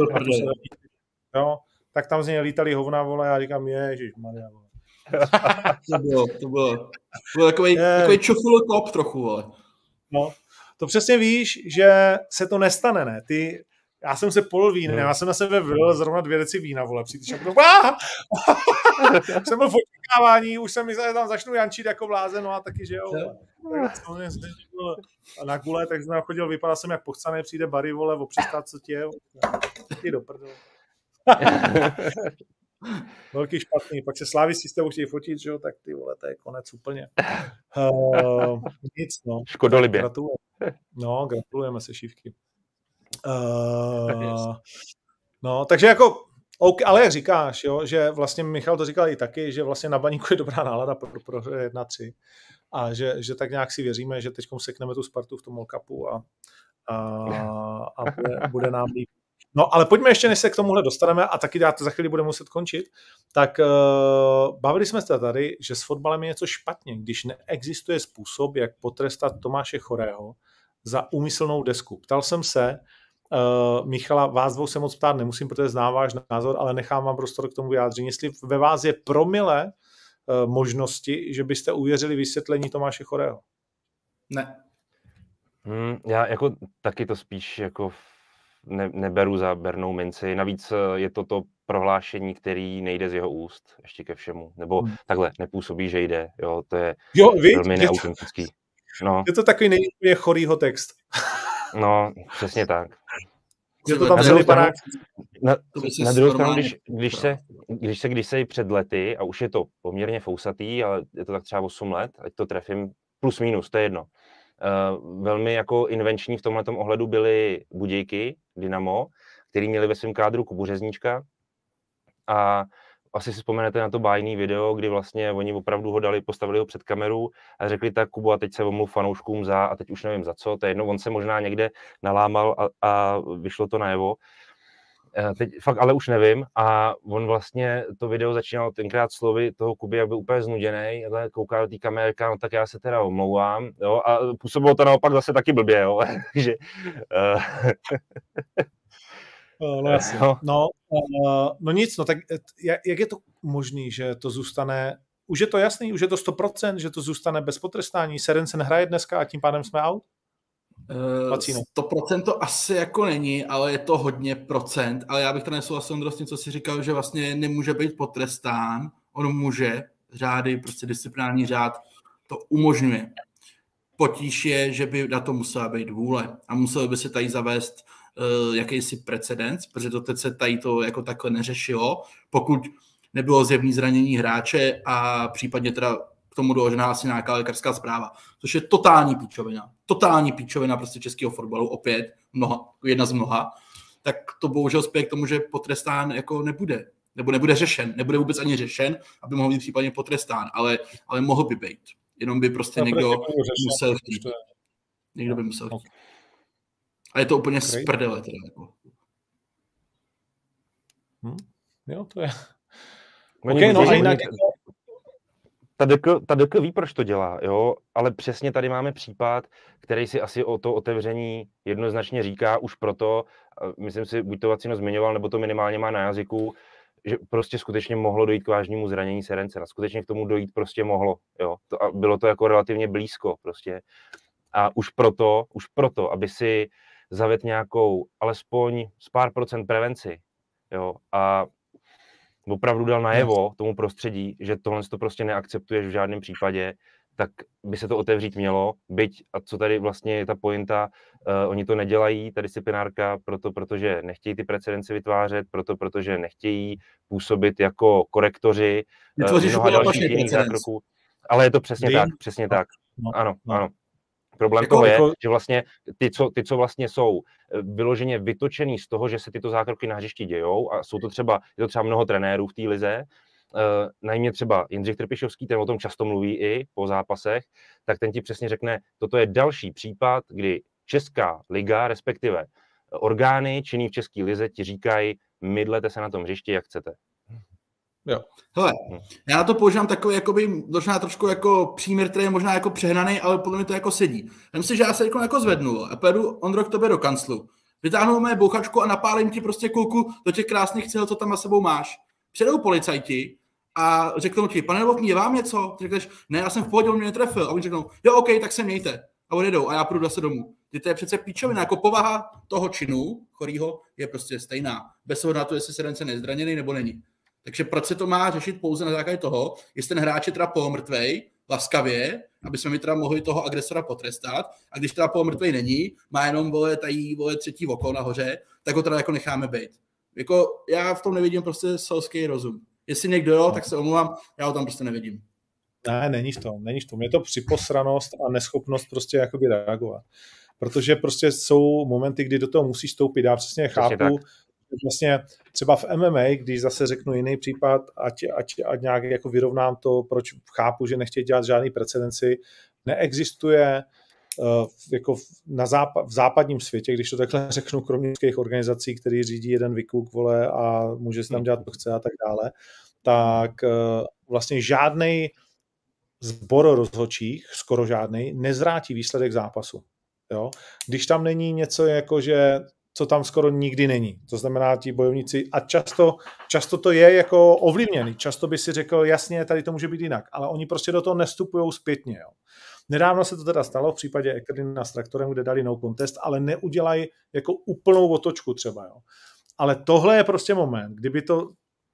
Tak tam z něj lítali hovna, vole, a já říkám, ježišmarja, vole. To bylo takový čofulokop trochu, vole. No, to přesně víš, že se to nestane, ne? Já jsem se polil vínem, já jsem na sebe vylil zrovna 2 deci vína, vole, jsem byl v očekávání, už jsem myslel, že tam začnu jančit jako blázen, no a taky, že jo. Tak na gule, tak jsem chodil, vypadal jsem jak pochcaný, přijde Barry, vole, o přestát, co ti je, taky do prdele. Velký špatný, pak se slávisti s tebou chtějí fotit, že jo, tak ty vole, to je konec úplně. Nic, no. Škodolibě. Gratulujeme se, šívky. No, takže jako, okay, ale jak říkáš, jo, že vlastně Michal to říkal i taky, že vlastně na Baníku je dobrá nálada pro 1-3 a že tak nějak si věříme, že teďkom sekneme tu Spartu v tom World Cupu a bude nám líp. No, ale pojďme ještě, než se k tomuhle dostaneme a taky to za chvíli bude muset končit, tak bavili jsme se tady, že s fotbalem je něco špatně, když neexistuje způsob, jak potrestat Tomáše Chorého za úmyslnou desku. Ptal jsem se, Michala, vás dvou se moc ptát nemusím, protože znám váš názor, ale nechám vám prostor k tomu vyjádření. Jestli ve vás je promile možnosti, že byste uvěřili vysvětlení Tomáše Chorého? Ne. Já jako taky to spíš jako neberu za bernou minci. Navíc je to prohlášení, který nejde z jeho úst ještě ke všemu. Nebo takhle, nepůsobí, že jde. Jo, to je velmi neautentický. No. Je to takový nejvíc chorýho text. No, přesně tak. Je to tam celý barák. Na druhou stranu, když se před lety, a už je to poměrně fousatý, ale je to tak třeba 8 let, ať to trefím, plus minus, to je jedno. Velmi jako invenční v tomhletom ohledu byly Budějky, Dynamo, který měli ve svém kádru Kubu Řezníčka. A asi si vzpomenete na to bájný video, kdy vlastně oni opravdu ho postavili ho před kameru a řekli tak, Kubo, a teď se omluv fanouškům a teď už nevím za co, to je jedno, on se možná někde nalámal a vyšlo to najevo. Teď fakt ale už nevím a on vlastně to video začínal tenkrát slovy toho Kuby, jak byl úplně znuděnej, ale kouká do té kamerky, no tak já se teda omlouvám, jo, a působilo to naopak zase taky blbě, jo, takže... No jasně. No nic, no tak jak je to možný, že to zůstane, už je to jasný, už je to 100%, že to zůstane bez potrestání, Serencen hraje dneska a tím pádem jsme out? 100% to asi jako není, ale je to hodně procent, ale já bych to nesouhlasil s tím, co si říkal, že vlastně nemůže být potrestán, on může, řády, prostě disciplinární řád to umožňuje. Potíž je, že by na to musela být vůle a muselo by se tady zavést jakýsi precedens, protože to teď se tady to jako takhle neřešilo, pokud nebylo zjevné zranění hráče a případně teda k tomu doložená asi nějaká lékařská zpráva, což je totální píčovina prostě českého fotbalu, opět jedna z mnoha, tak to bohužel spěje k tomu, že potrestán jako nebude, nebo nebude řešen, nebude vůbec ani řešen, aby mohl být případně potrestán, ale mohl by být, jenom by prostě někdo musel chtít. Někdo by musel chtít. A je to úplně z prdele teda jako. Jo, to je... Okay, no a jinak... Ta DK ví, proč to dělá, jo, ale přesně tady máme případ, který si asi o to otevření jednoznačně říká už proto, myslím si, buď to Vacino zmiňoval, nebo to minimálně má na jazyku, že prostě skutečně mohlo dojít k vážnému zranění Serencena. Skutečně k tomu dojít prostě mohlo, jo. A bylo to jako relativně blízko prostě. A už proto, aby si zavedl nějakou alespoň z pár procent prevenci, jo, a opravdu dal najevo tomu prostředí, že tohle to prostě neakceptuješ v žádném případě, tak by se to otevřít mělo, byť, a co tady vlastně je ta pointa, oni to nedělají, ta disciplinárka, protože nechtějí ty precedenci vytvářet, protože nechtějí působit jako korektoři mnoha dalších jiných zákroků, ale je to přesně tak. Ano. Problém toho je, že vlastně ty, co vlastně jsou vyloženě vytočený z toho, že se tyto zákroky na hřišti dějou a je to třeba mnoho trenérů v té lize, najmě třeba Jindřich Trpišovský, ten o tom často mluví i po zápasech, tak ten ti přesně řekne, toto je další případ, kdy Česká liga, respektive orgány činný v České lize ti říkají, mydlete se na tom hřišti, jak chcete. Jo. Hele, já na to používám takový jakoby, možná trošku jako příměr, který je možná jako přehnaný, ale podle mě to jako sedí. Myslím si, že já se jako zvednu a pojedu, Ondro, k tobě do kanclu. Vytáhnu mé bouchačku a napálím ti prostě kulku do těch krásných cihel, co tam na sebou máš. Přijdou policajti a řeknou ti, pane Novotný, je vám něco? Ty řekneš, ne, já jsem v pohodě, on mě netrefil. A oni řeknou, jo, OK, tak se mějte. A odjedou a já půjdu zase domů. To je přece píčovina, jako povaha toho činu, chorýho, je prostě stejná. Bez ohledu na to, jestli Serencen je zraněný nebo není. Takže proč se to má řešit pouze na základě toho, jestli ten hráč je teda polomrtvej, laskavě, aby jsme mi teda mohli toho agresora potrestat, a když teda polomrtvej není, má jenom třetí oko nahoře, tak ho teda jako necháme být. Jako já v tom nevidím prostě selský rozum. Jestli někdo jo, tak se omlouvám, já ho tam prostě nevidím. Ne, není v tom. Je to připosranost a neschopnost prostě jakoby reagovat. Protože prostě jsou momenty, kdy do toho musíš vstoupit. Já přesně chápu, vlastně třeba v MMA, když zase řeknu jiný případ, ať nějak jako vyrovnám to, proč chápu, že nechtějí dělat žádný precedenci, neexistuje jako v západním světě, když to takhle řeknu, kromě českých organizací, který řídí jeden vykuk, vole, a může si tam dělat, co chce a tak dále, tak vlastně žádnej sbor rozhodčích, skoro žádnej, nezvrátí výsledek zápasu. Jo? Když tam není něco jako, že co tam skoro nikdy není. To znamená, ti bojovníci, a často to je jako ovlivněný, často by si řekl, jasně, tady to může být jinak, ale oni prostě do toho nevstupujou zpětně. Jo. Nedávno se to teda stalo v případě Eckerdina s Traktorem, kde dali no contest, ale neudělají jako úplnou otočku třeba. Jo. Ale tohle je prostě moment, kdyby to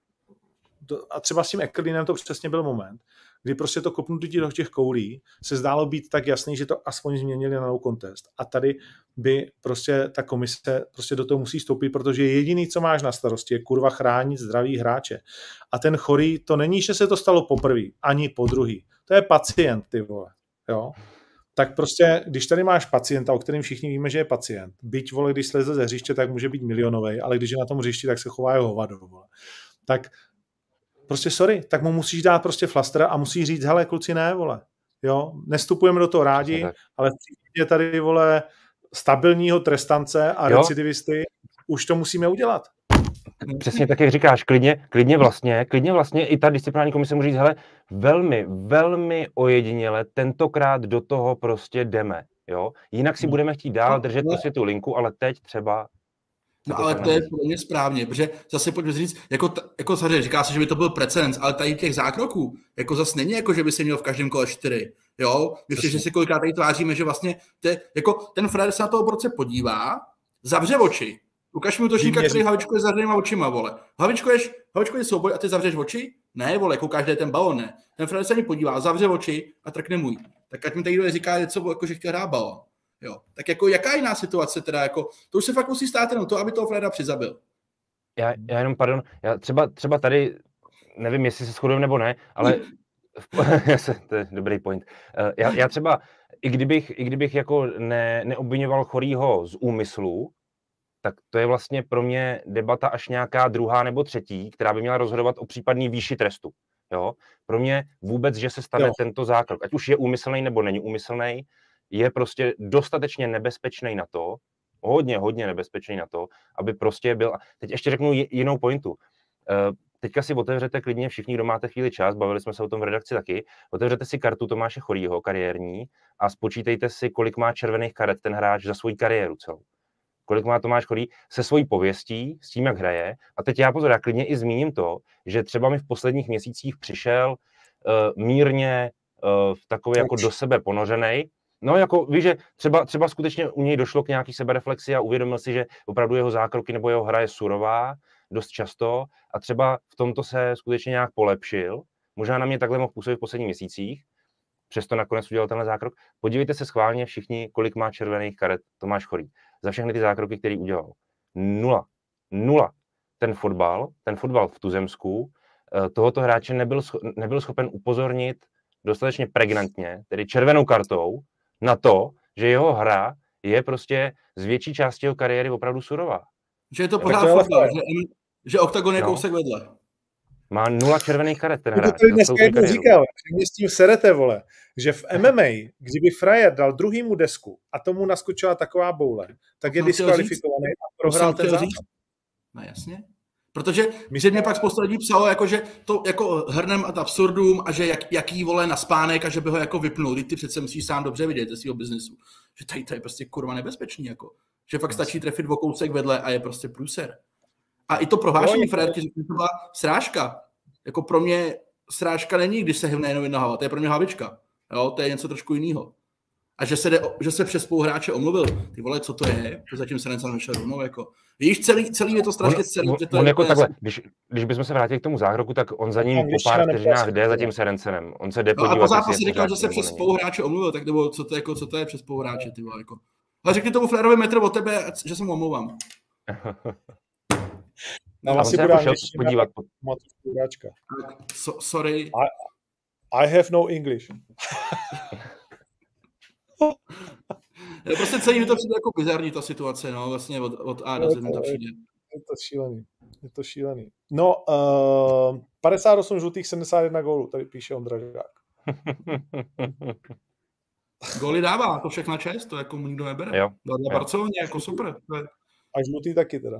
a třeba s tím Eckerdinem to přesně byl moment, kdy prostě to kopnutí do těch koulí se zdálo být tak jasný, že to aspoň změnili na no contest. A tady by prostě ta komise prostě do toho musí stoupit, protože jediný, co máš na starosti, je kurva chránit zdraví hráče. A ten chorý, to není, že se to stalo poprvé, ani po druhý. To je pacient, ty vole. Jo? Tak prostě, když tady máš pacienta, o kterém všichni víme, že je pacient, byť, vole, když sleze ze hřiště, tak může být milionovej, ale když je na tom hřišti, tak se chová jako hovado, vole. Tak prostě sorry, tak mu musíš dát prostě flastera a musíš říct, hele, kluci, ne, vole. Jo, nestupujeme do toho rádi, ale v případě tady, vole, stabilního trestance a recidivisty už to musíme udělat. Přesně tak, jak říkáš, klidně vlastně i ta disciplinární komise může říct, hele, velmi, velmi ojediněle tentokrát do toho prostě jdeme, jo. Jinak si budeme chtít dál držet prostě tu linku, ale teď třeba... No ale to je pro mě správně, protože zase pojďme říct, jako samozřejmě říká se, že by to byl precedens, ale tady těch zákroků, jako zase není jako, že by se měl v každém kole 4, jo? Myslím, že si kolikrát tady tváříme, že vlastně jako ten Frér se na toho borce podívá, zavře oči, ukaž mi útočníka, který hlavičkuje zavřenýma očima, vole. Hlavičkuješ souboj a ty zavřeš oči? Ne, vole, koukáš, kde je ten balon, ne. Ten Frér se mi podívá, zavře oči a trkne můj. Tak ať mi tady říká něco, jako, že chtěl hrát balon. Jo. Tak jako jaká jiná situace teda, jako, to už se fakt musí stát jenom to, aby toho Freda přizabil. Já jenom, pardon, já třeba tady, nevím, jestli se shodujeme nebo ne, ale to je dobrý point. Já třeba, i kdybych jako neobvinoval Chorýho z úmyslu, tak to je vlastně pro mě debata až nějaká druhá nebo třetí, která by měla rozhodovat o případný výši trestu. Jo? Pro mě vůbec, že se stane tento zákrok, ať už je úmyslný nebo není úmyslný, je prostě dostatečně nebezpečný na to, hodně nebezpečný na to, aby prostě byl... Teď ještě řeknu jinou pointu. Teďka si otevřete klidně všichni, kdo máte chvíli čas, bavili jsme se o tom v redakci taky, otevřete si kartu Tomáše Chorýho, kariérní, a spočítejte si, kolik má červených karet ten hráč za svou kariéru celou. Kolik má Tomáš Chorý se svojí pověstí, s tím, jak hraje. A teď já klidně i zmíním to, že třeba mi v posledních měsících přišel mírně takový jako do sebe ponořenej. No jako víš, že třeba skutečně u něj došlo k nějaký sebereflexi a uvědomil si, že opravdu jeho zákroky nebo jeho hra je surová dost často a třeba v tomto se skutečně nějak polepšil. Možná na mě takhle mohl působit v posledních měsících, přesto nakonec udělal tenhle zákrok. Podívejte se schválně všichni, kolik má červených karet Tomáš Chorý. Za všechny ty zákroky, který udělal. 0. Ten fotbal v tuzemsku tohoto hráče nebyl schopen upozornit dostatečně pregnantně, tedy červenou kartou, na to, že jeho hra je prostě z větší části jeho kariéry opravdu surová. Že je to pořád fotbal, že oktagon je kousek vedle. Má 0 červených karet ten hráč. To dneska jednou říkal, že mě s tím serete, vole, že v MMA, kdyby frajer dal druhýmu desku a tomu naskočila taková boule, tak je diskvalifikovaný a prohrál ten zápas. No jasně. Protože mě pak spousta lidí psalo, jako, že to jako hrnem ad absurdum a že jaký vole na spánek a že by ho jako vypnul. Ty přece musíš sám dobře vidět ze svého biznesu. Že tady to je prostě kurva nebezpečný. Jako. Že fakt stačí trefit o kousek vedle a je prostě průser. A i to prohlášení Frérky, že to byla srážka. Jako pro mě srážka není, když se hybne jenom jedna hlava. To je pro mě hlavička. Jo? To je něco trošku jiného. A že se přes spoluhráče omluvil. Ty vole, co to je? To zatím se nechal nešel rovnou, jako. Víš, celý je to strašně celý. On jako takhle, když bychom se vrátili k tomu zákroku, tak on za ním po pár vteřinách jde za tím Serencenem. On se jde podívat. A po zápase říkal, že se přes spoluhráče omluvil, tak nebo co to je přes spoluhráče, ty vole, jako. Ale řekni tomu Flérovi metr od tebe, že se mu omlouvám. No, asi bude podívat. Sorry. I have no English. Prostě celý mi to přijde jako bizarní ta situace, no, vlastně od A do Z mi to přijde. Je to šílený. No, 58 žlutých, 71 gólů, tady píše Ondra Žák. Góly dává, to všechno čest, to jako mu nikdo nebere. Jo. Na Barceloně, jako super. A žlutý taky teda.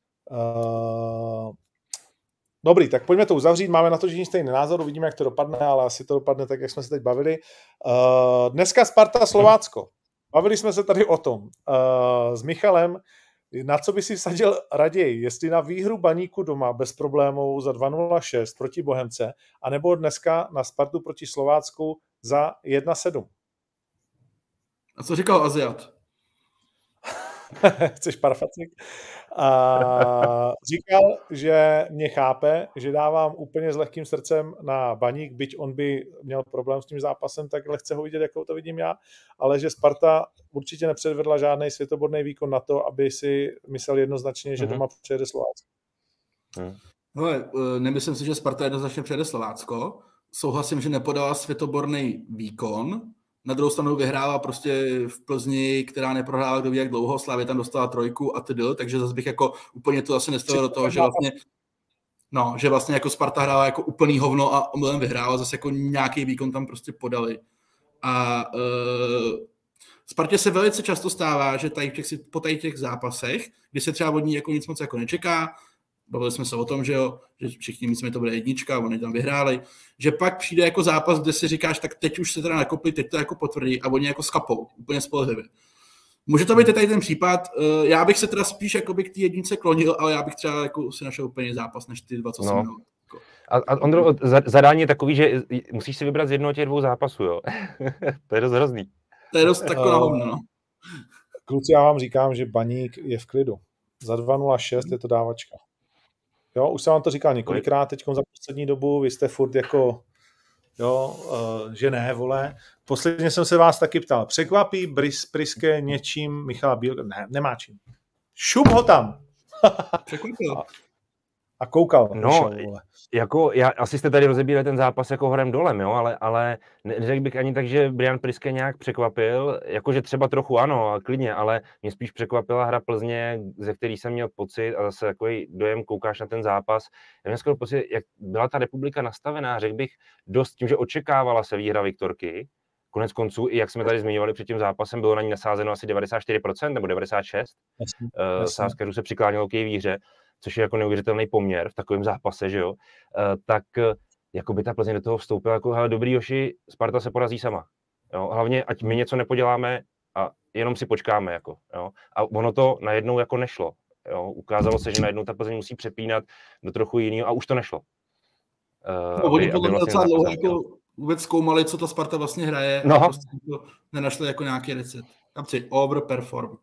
Dobrý, tak pojďme to uzavřít. Máme na to že stejný názor, uvidíme, jak to dopadne, ale asi to dopadne tak, jak jsme se teď bavili. Dneska Sparta Slovácko. Bavili jsme se tady o tom s Michalem, na co by si vsadil raději, jestli na výhru Baníku doma bez problémů za 2-0-6 proti Bohemce, anebo dneska na Spartu proti Slovácku za 1-7. A co říkal Aziat? Chceš parafacik? A říkal, že mě chápe, že dávám úplně s lehkým srdcem na Baník, byť on by měl problém s tím zápasem, tak lehce ho vidět, jakou to vidím já, ale že Sparta určitě nepředvedla žádný světoborný výkon na to, aby si myslel jednoznačně, že doma přejede Slovácko. No, nemyslím si, že Sparta jednoznačně přejede Slovácko. Souhlasím, že nepodala světoborný výkon. Na druhou stranu vyhrála prostě v Plzni, která neprohrála kdo ví jak dlouho, Slavia tam dostala 3 a tedy, takže zase bych jako úplně to asi nestavil do toho, že vlastně jako Sparta hrála jako úplný hovno a omylem vyhrála, zase jako nějaký výkon tam prostě podali. A Spartě se velice často stává, že po těch zápasech, kdy se třeba od ní jako nic moc jako nečeká, bavili jsme se o tom, že všichni myslíme, to bude 1, oni tam vyhráli, že pak přijde jako zápas, kde si říkáš, tak teď už se teda nakopli, teď to jako potvrdí a oni jako skapou, úplně spolehlivě. Může to být tady ten případ, já bych se teda spíš jakoby k té 1 klonil, ale já bych třeba jako si našel úplně zápas než ty 2, co jsem měl. A Ondro, zadání je takový, že musíš si vybrat z jednoho těch 2 zápasů, jo. To je dost hrozný. To je dost taková hovno, no. Kluci, já vám říkám, že Baník je v klidu. Za 2,06 je to dávačka. Jo, už jsem vám to říkal několikrát teď za poslední dobu, vy jste furt jako, jo, že ne, vole. Posledně jsem se vás taky ptal, překvapí Priske něčím Michala Bílka? Ne, nemá čím. Šup ho tam! Překvapil. A koukal. No, jako, asi jste tady rozebírali ten zápas jako horem dolem, jo, ale neřekl bych ani tak, že Brian Priske nějak překvapil, jakože třeba trochu ano, klidně, ale mě spíš překvapila hra Plzně, ze který jsem měl pocit a zase takový dojem, koukáš na ten zápas. Já měl skoro pocit, jak byla ta republika nastavená, řekl bych dost tím, že očekávala se výhra Viktorky. Konec konců, i jak jsme tady zmiňovali před tím zápasem, bylo na ní nasázeno asi 94% nebo 96%. Sázkařů se přiklánělo k její výhře, což je jako neuvěřitelný poměr v takovém zápase, že jo, tak jako by ta Plzeň do toho vstoupila jako, hele, dobrý Joši, Sparta se porazí sama. Jo? Hlavně, ať my něco nepoděláme a jenom si počkáme, jako, jo. A ono to najednou jako nešlo. Jo? Ukázalo se, že najednou ta Plzeň musí přepínat do trochu jiného a už to nešlo. Oni podle mě docela dlouho jako vůbec zkoumali, co ta Sparta vlastně hraje. No. Prostě to nenašli jako nějaký recept. Kapci, overperform.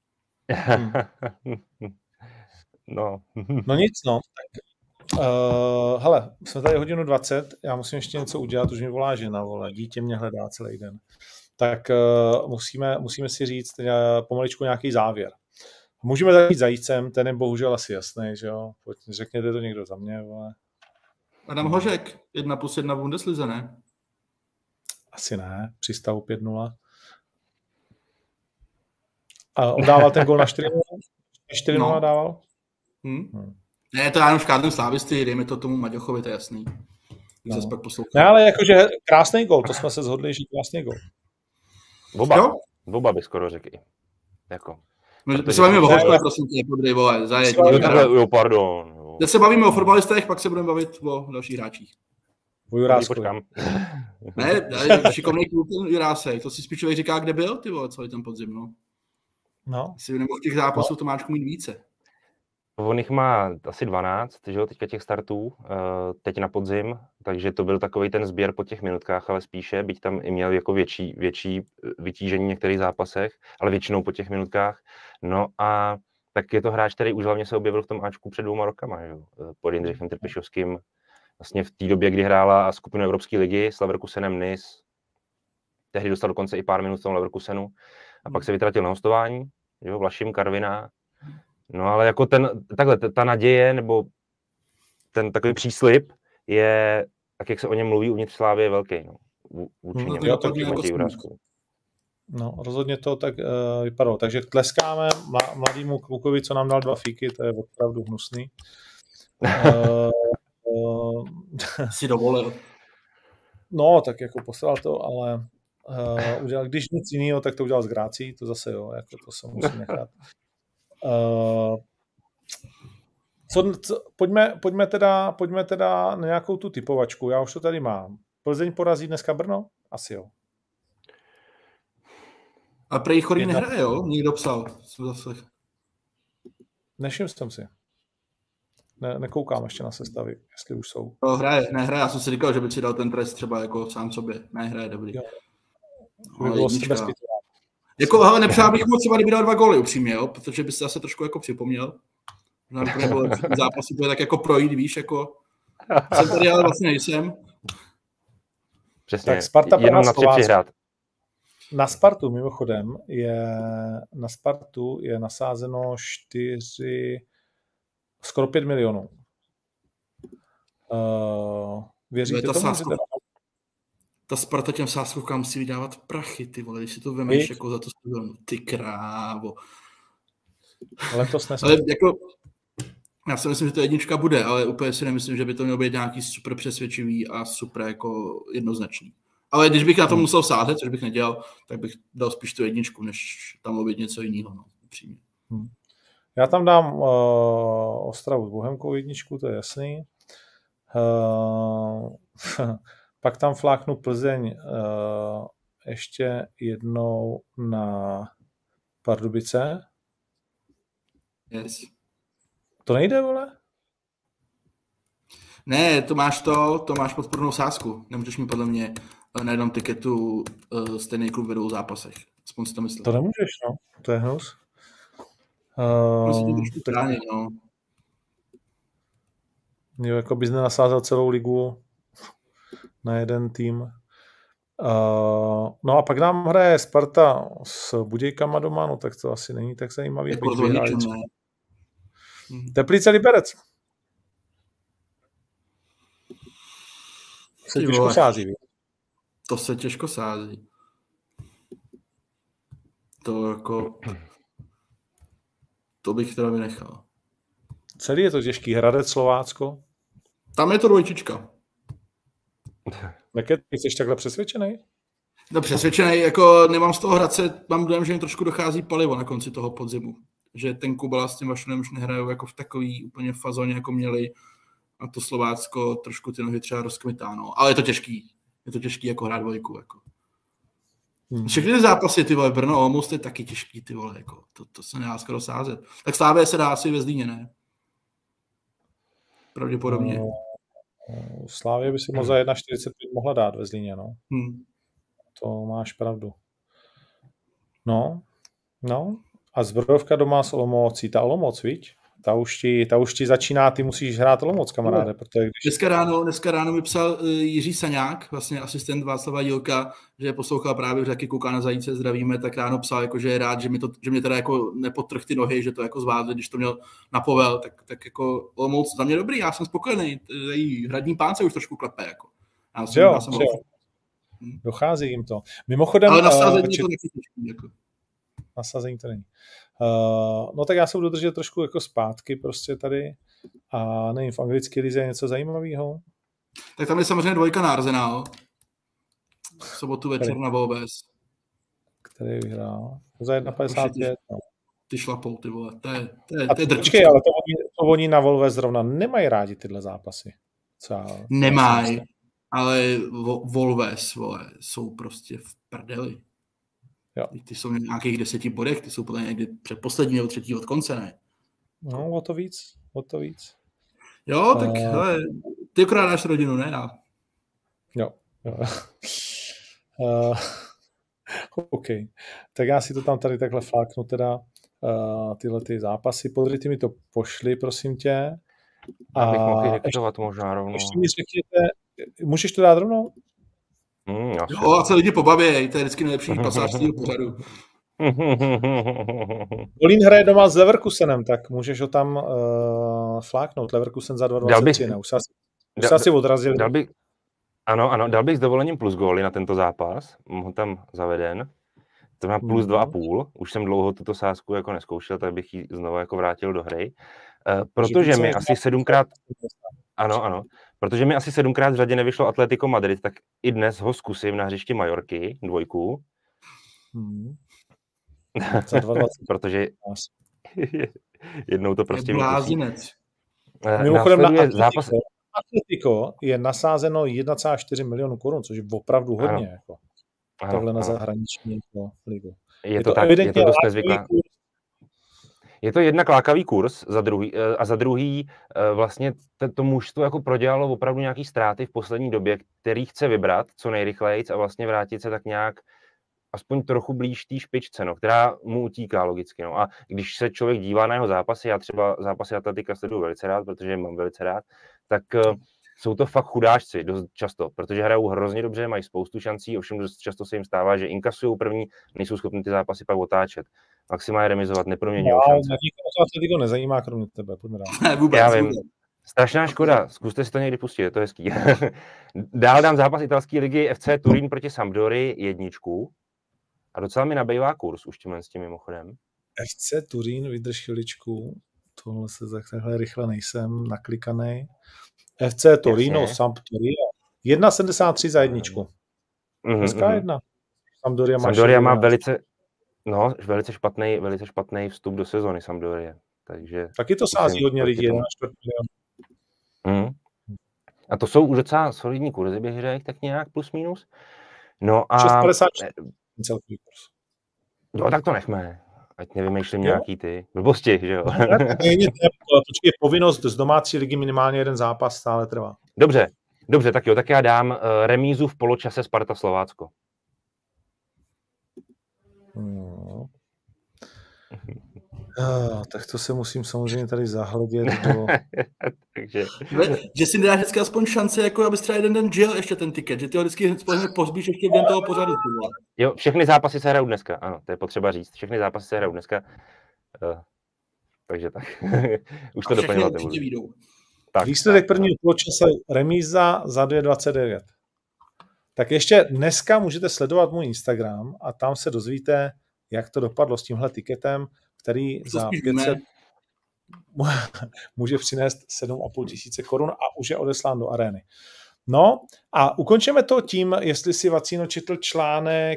No nic, no. Hele, jsme tady 1:20, já musím ještě něco udělat, už mi volá žena, vole, dítě mě hledá celý den. Tak musíme si říct pomaličku nějaký závěr. Můžeme začít Zajícem, ten je bohužel asi jasný, že jo? Řekněte to někdo za mě, vole. Adam Hořek, 1+1 v Bundeslize, ne? Asi ne, při stavu 5-0. A on dával ten gol na 4-0? 4-0 dával? Ne, to já jenom škádlím slávisty, dejme to tomu Maďochovi, to je jasný. No. Ne, ale jakože krásný gol, to jsme se shodli, že krásný gol. Boba by skoro řekl. Jako. My se bavíme o hoďkách, prosím tě, podrej, vole, zajeď. Jo, pardon. Teď se bavíme o fotbalistech, pak se budeme bavit o dalších hráčích. O Jurásku. Ne, šikovný kluk Jurásek, to si spíš člověk říká, kde byl, ty vole, celý ten podzim, no. No. Jestli nemohl těch zápasů Tomáčku mít více. On jich má asi 12, že jo, teďka těch startů, teď na podzim, takže to byl takový ten sběr po těch minutkách, ale spíše, byť tam i měl jako větší vytížení v některých zápasech, ale většinou po těch minutkách. No a tak je to hráč, který už hlavně se objevil v tom Ačku před 2 rokama, že jo, pod Jindřichem Trpišovským, vlastně v té době, kdy hrála skupinu Evropské ligy s Leverkusenem Nice, tehdy dostal dokonce i pár minut v tom Leverkusenu a pak se vytratil na hostování, že jo, Vlašim, Karviná. No ale jako ta naděje, nebo ten takový příslib je, tak jak se o něm mluví uvnitř Slávy, je velký, no. No, rozhodně to tak vypadalo. Takže tleskáme mladému klukovi, co nám dal 2 fíky, to je opravdu hnusný. Si dovolil. No, tak jako poslal to, ale udělal, když nic jiného, tak to udělal s grácí, to zase jo, jako to se musí nechat. Pojďme teda na nějakou tu typovačku. Já už to tady mám. Plzeň porazí dneska Brno? Asi jo. A prej Chorý nehraje, jo? Někdo psal. Nevšiml jsem si. Nekoukám ještě na sestavy, jestli už jsou. To nehraje. Já jsem si říkal, že by si dal ten trest třeba jako sám sobě. Nehraje, dobrý. Jako, ale nepřál bych moc třeba, kdyby dal 2 góly upřímně, jo? Protože by se zase trošku jako připomněl. Nebo zápasy bude tak jako projít, víš, jako jsem tady, ale vlastně nejsem. Přesně, Tak Sparta jenom na 3 přihrát. Na Spartu mimochodem je nasázeno 4, skoro 5 milionů. Věříte tomu, že ta Sparta těm sázkovkám musí vydávat prachy, ty vole, když si to vemeš jako za to sezónu. Ty krávo. Ale jako, já si myslím, že to jednička bude, ale úplně si nemyslím, že by to mělo být nějaký super přesvědčivý a super jako jednoznačný. Ale když bych na to musel sázet, což bych nedělal, tak bych dal spíš tu jedničku, než tam mluvit něco jiného, no, upřímně. Já tam dám Ostravu s Bohemkou jedničku, to je jasný. Pak tam fláknu Plzeň ještě jednou na Pardubice. Yes. To nejde, vole? Ne, to máš podpornou sázku. Nemůžeš mi podle mě na jednom tiketu stejný klub ve 2 zápasech. Aspoň si to myslím. To nemůžeš, no. To je hnus. No. Jo, jako bys nenasázel celou ligu na jeden tým. No a pak nám hraje Sparta s Budějkama doma, no tak to asi není tak zajímavý. Jako Teplice Liberec. Se těžko sází. To se těžko sází. To jako... To bych teda vynechal. Celý je to těžký. Hradec, Slovácko. Tam je to 2. Jaké ty jsi takhle přesvědčený? No přesvědčený, jako nemám z toho Hradce, mám dojem, že jim trošku dochází palivo na konci toho podzimu. Že ten Kubala s tím Vašunem už nehrajou jako v takový úplně fazóně, jako měli, a to Slovácko trošku ty nohy třeba rozkmitá, no. Ale je to těžký. Je to těžký jako hrát 2. Jako. Všechny ty zápasy, ty vole, Brno, Olomouc je taky těžký, ty vole, jako. To se nedá skoro sázet. Tak Slávě se dá asi ve Zlíně, ne? Pravděpodobně. Slávě by si moc za 1,45 mohla dát ve Zlíně, no. To máš pravdu. No. A Zbrojovka doma s Olomoucí. Ta Olomouc, viď? Ta už ti začíná, ty musíš hrát Olomouc, kamaráde. Protože když... Dneska ráno mi psal Jiří Saňák, vlastně asistent Václava Dílka, že poslouchal právě řeky Kouká na zajíce, zdravíme, tak ráno psal, jako, že je rád, že mě teda jako nepotrh ty nohy, že to jako zvládli, když to měl na povel, tak jako Olomouc za mě dobrý, já jsem spokojený, její hradní pánce už trošku klepe, jako. Jo. Dochází jim to. Mimochodem... Ale nasázení to taky těžký, jako. Nasazení to není. No tak já se budu držet trošku jako zpátky prostě tady a nevím, v anglické lize je něco zajímavého? Tak tam je samozřejmě 2 na Arsenal. V sobotu večer na Wolves. Který vyhrál? Za 1,55. No. Ty šlapou, ty vole. To je počkej, ale to oni na Wolves zrovna nemají rádi tyhle zápasy. Nemají, ale Wolves, vole, jsou prostě v prdeli. Jo. Ty jsou v nějakých 10 bodech, ty jsou podle někdy předposlední nebo 3. od konce, ne? No, o to víc. Jo, tak hele, ty akorát dáš rodinu, ne? Jo. OK. Tak já si to tam tady takhle fláknu teda tyhle ty zápasy. Podry, ty mi to pošli, prosím tě. A bych mohl diktovat možná rovnou. Ještě mi řekněte, můžeš to dát rovnou? Jo, a se lidi pobaví, to je vždycky nejlepší pasáž z pořadu. Kolín hraje doma s Leverkusenem, tak můžeš ho tam fláknout. Leverkusen za 2,23. Už se asi odrazil. Dal bych s dovolením plus góly na tento zápas. Mohu tam zaveden. To má plus 2,5. Už jsem dlouho tuto sázku jako neskoušel, tak bych ji znovu jako vrátil do hry. Protože mi asi 7krát... Ano. Protože mi asi 7krát v řadě nevyšlo Atletico Madrid, tak i dnes ho zkusím na hřišti Majorky, 2. Protože jednou to prostě blázinec. Mimochodem na Atletico je nasázeno 1,4 milionu korun, což je opravdu hodně. Jako. Tohle na zahraniční ligu. Je to tak, je to dost nezvyklá. Je to jednak lákavý kurz, za druhý vlastně to mužstvo jako prodělalo opravdu nějaký ztráty v poslední době, který chce vybrat co nejrychleji a vlastně vrátit se tak nějak aspoň trochu blíž té špičce, no, která mu utíká logicky. No. A když se člověk dívá na jeho zápasy, já třeba zápasy Atletika sleduju velice rád, protože je mám velice rád, tak jsou to fakt chudáčci dost často, protože hrajou hrozně dobře, mají spoustu šancí, ovšem dost často se jim stává, že inkasují první, nejsou schopni ty zápasy pak otáčet. Maximálně remizovat, neproměňují šance. To Atletico nezajímá kromě tebe, pojďme dál. Vůbec, já vím. Strašná škoda, zkuste si to někdy pustit, je to hezký. Dál dám zápas italské ligy FC Turín proti Sampdory 1. A docela mi nabývá kurz už s tím mimochodem. FC Turín, vydrž chviličku, tohle se takhle rychle nejsem naklikanej. FC Torino, Sampdoria, 1,73 za 1. Hezká 1. Sampdoria má velice špatný vstup do sezony Sampdorie. Takže taky to sází hodně lidí, 1,4 milionu. A to jsou už docela solidní kurzy, bych řekl, tak nějak plus minus. No a 6,50 celkový kurz. Jo, tak to nechme. Ať nevymýšlím nějaký ty blbosti, že jo. Počkej, povinnost z domácí ligy minimálně jeden zápas stále trvá. Dobře, tak jo, tak já dám remízu v poločase Sparta Slovácko. Tak to se musím samozřejmě tady zahledět do... Takže... Že si nedáš vždycky aspoň šance, jako abys třeba jeden den žil ještě ten tiket, že ty ho vždycky pozbíš ještě den toho pořadu. Jo, všechny zápasy se hrajou dneska, ano, to je potřeba říct. Všechny zápasy se hrajou dneska. Takže tak. Už to doplňovat nebudu. Výsledek prvního poločase remíza za 2,29. Tak ještě dneska můžete sledovat můj Instagram a tam se dozvíte, jak to dopadlo s tímhle tiketem, který za 500 může přinést 7,5 tisíce korun a už je odeslán do arény. No a ukončíme to tím, jestli si Vacíno četl článek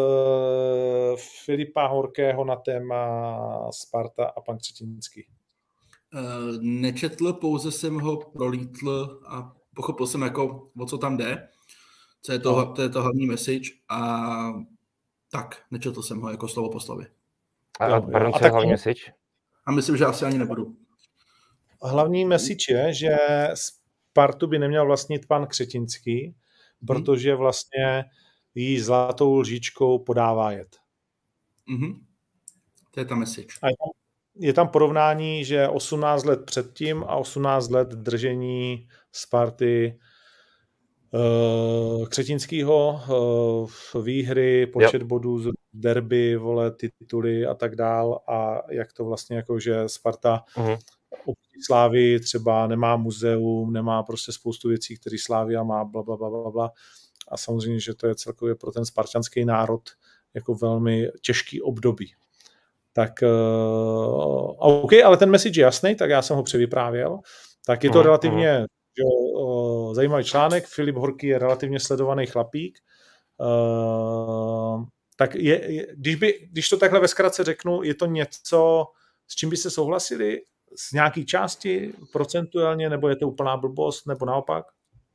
Filipa Horkého na téma Sparta a pan Křetínský. Nečetl, pouze jsem ho prolítl a pochopil jsem, jako, o co tam jde, co je to hlavní message a tak, nečetl jsem ho jako slovo po slově. Pardon, co je hlavní message? A myslím, že asi ani nebudu. Hlavní message je, že Spartu by neměl vlastnit pan Křetínský, protože vlastně jí zlatou lžičkou podává jed. To je ta message. A je tam porovnání, že 18 let předtím a 18 let držení Sparty Křetínskýho, výhry, počet bodů z derby, tituly a tak dál a jak to vlastně jako, že Sparta oproti Slávii třeba nemá muzeum, nemá prostě spoustu věcí, které Slávia má, blablabla. A samozřejmě, že to je celkově pro ten spartanský národ jako velmi těžký období. Tak OK, ale ten message je jasný, tak já jsem ho převyprávěl. Tak je to relativně zajímavý článek. Filip Horký je relativně sledovaný chlapík. Tak když to takhle ve zkratce řeknu, je to něco, s čím by se souhlasili? Z nějaký části procentuálně, nebo je to úplná blbost, nebo naopak?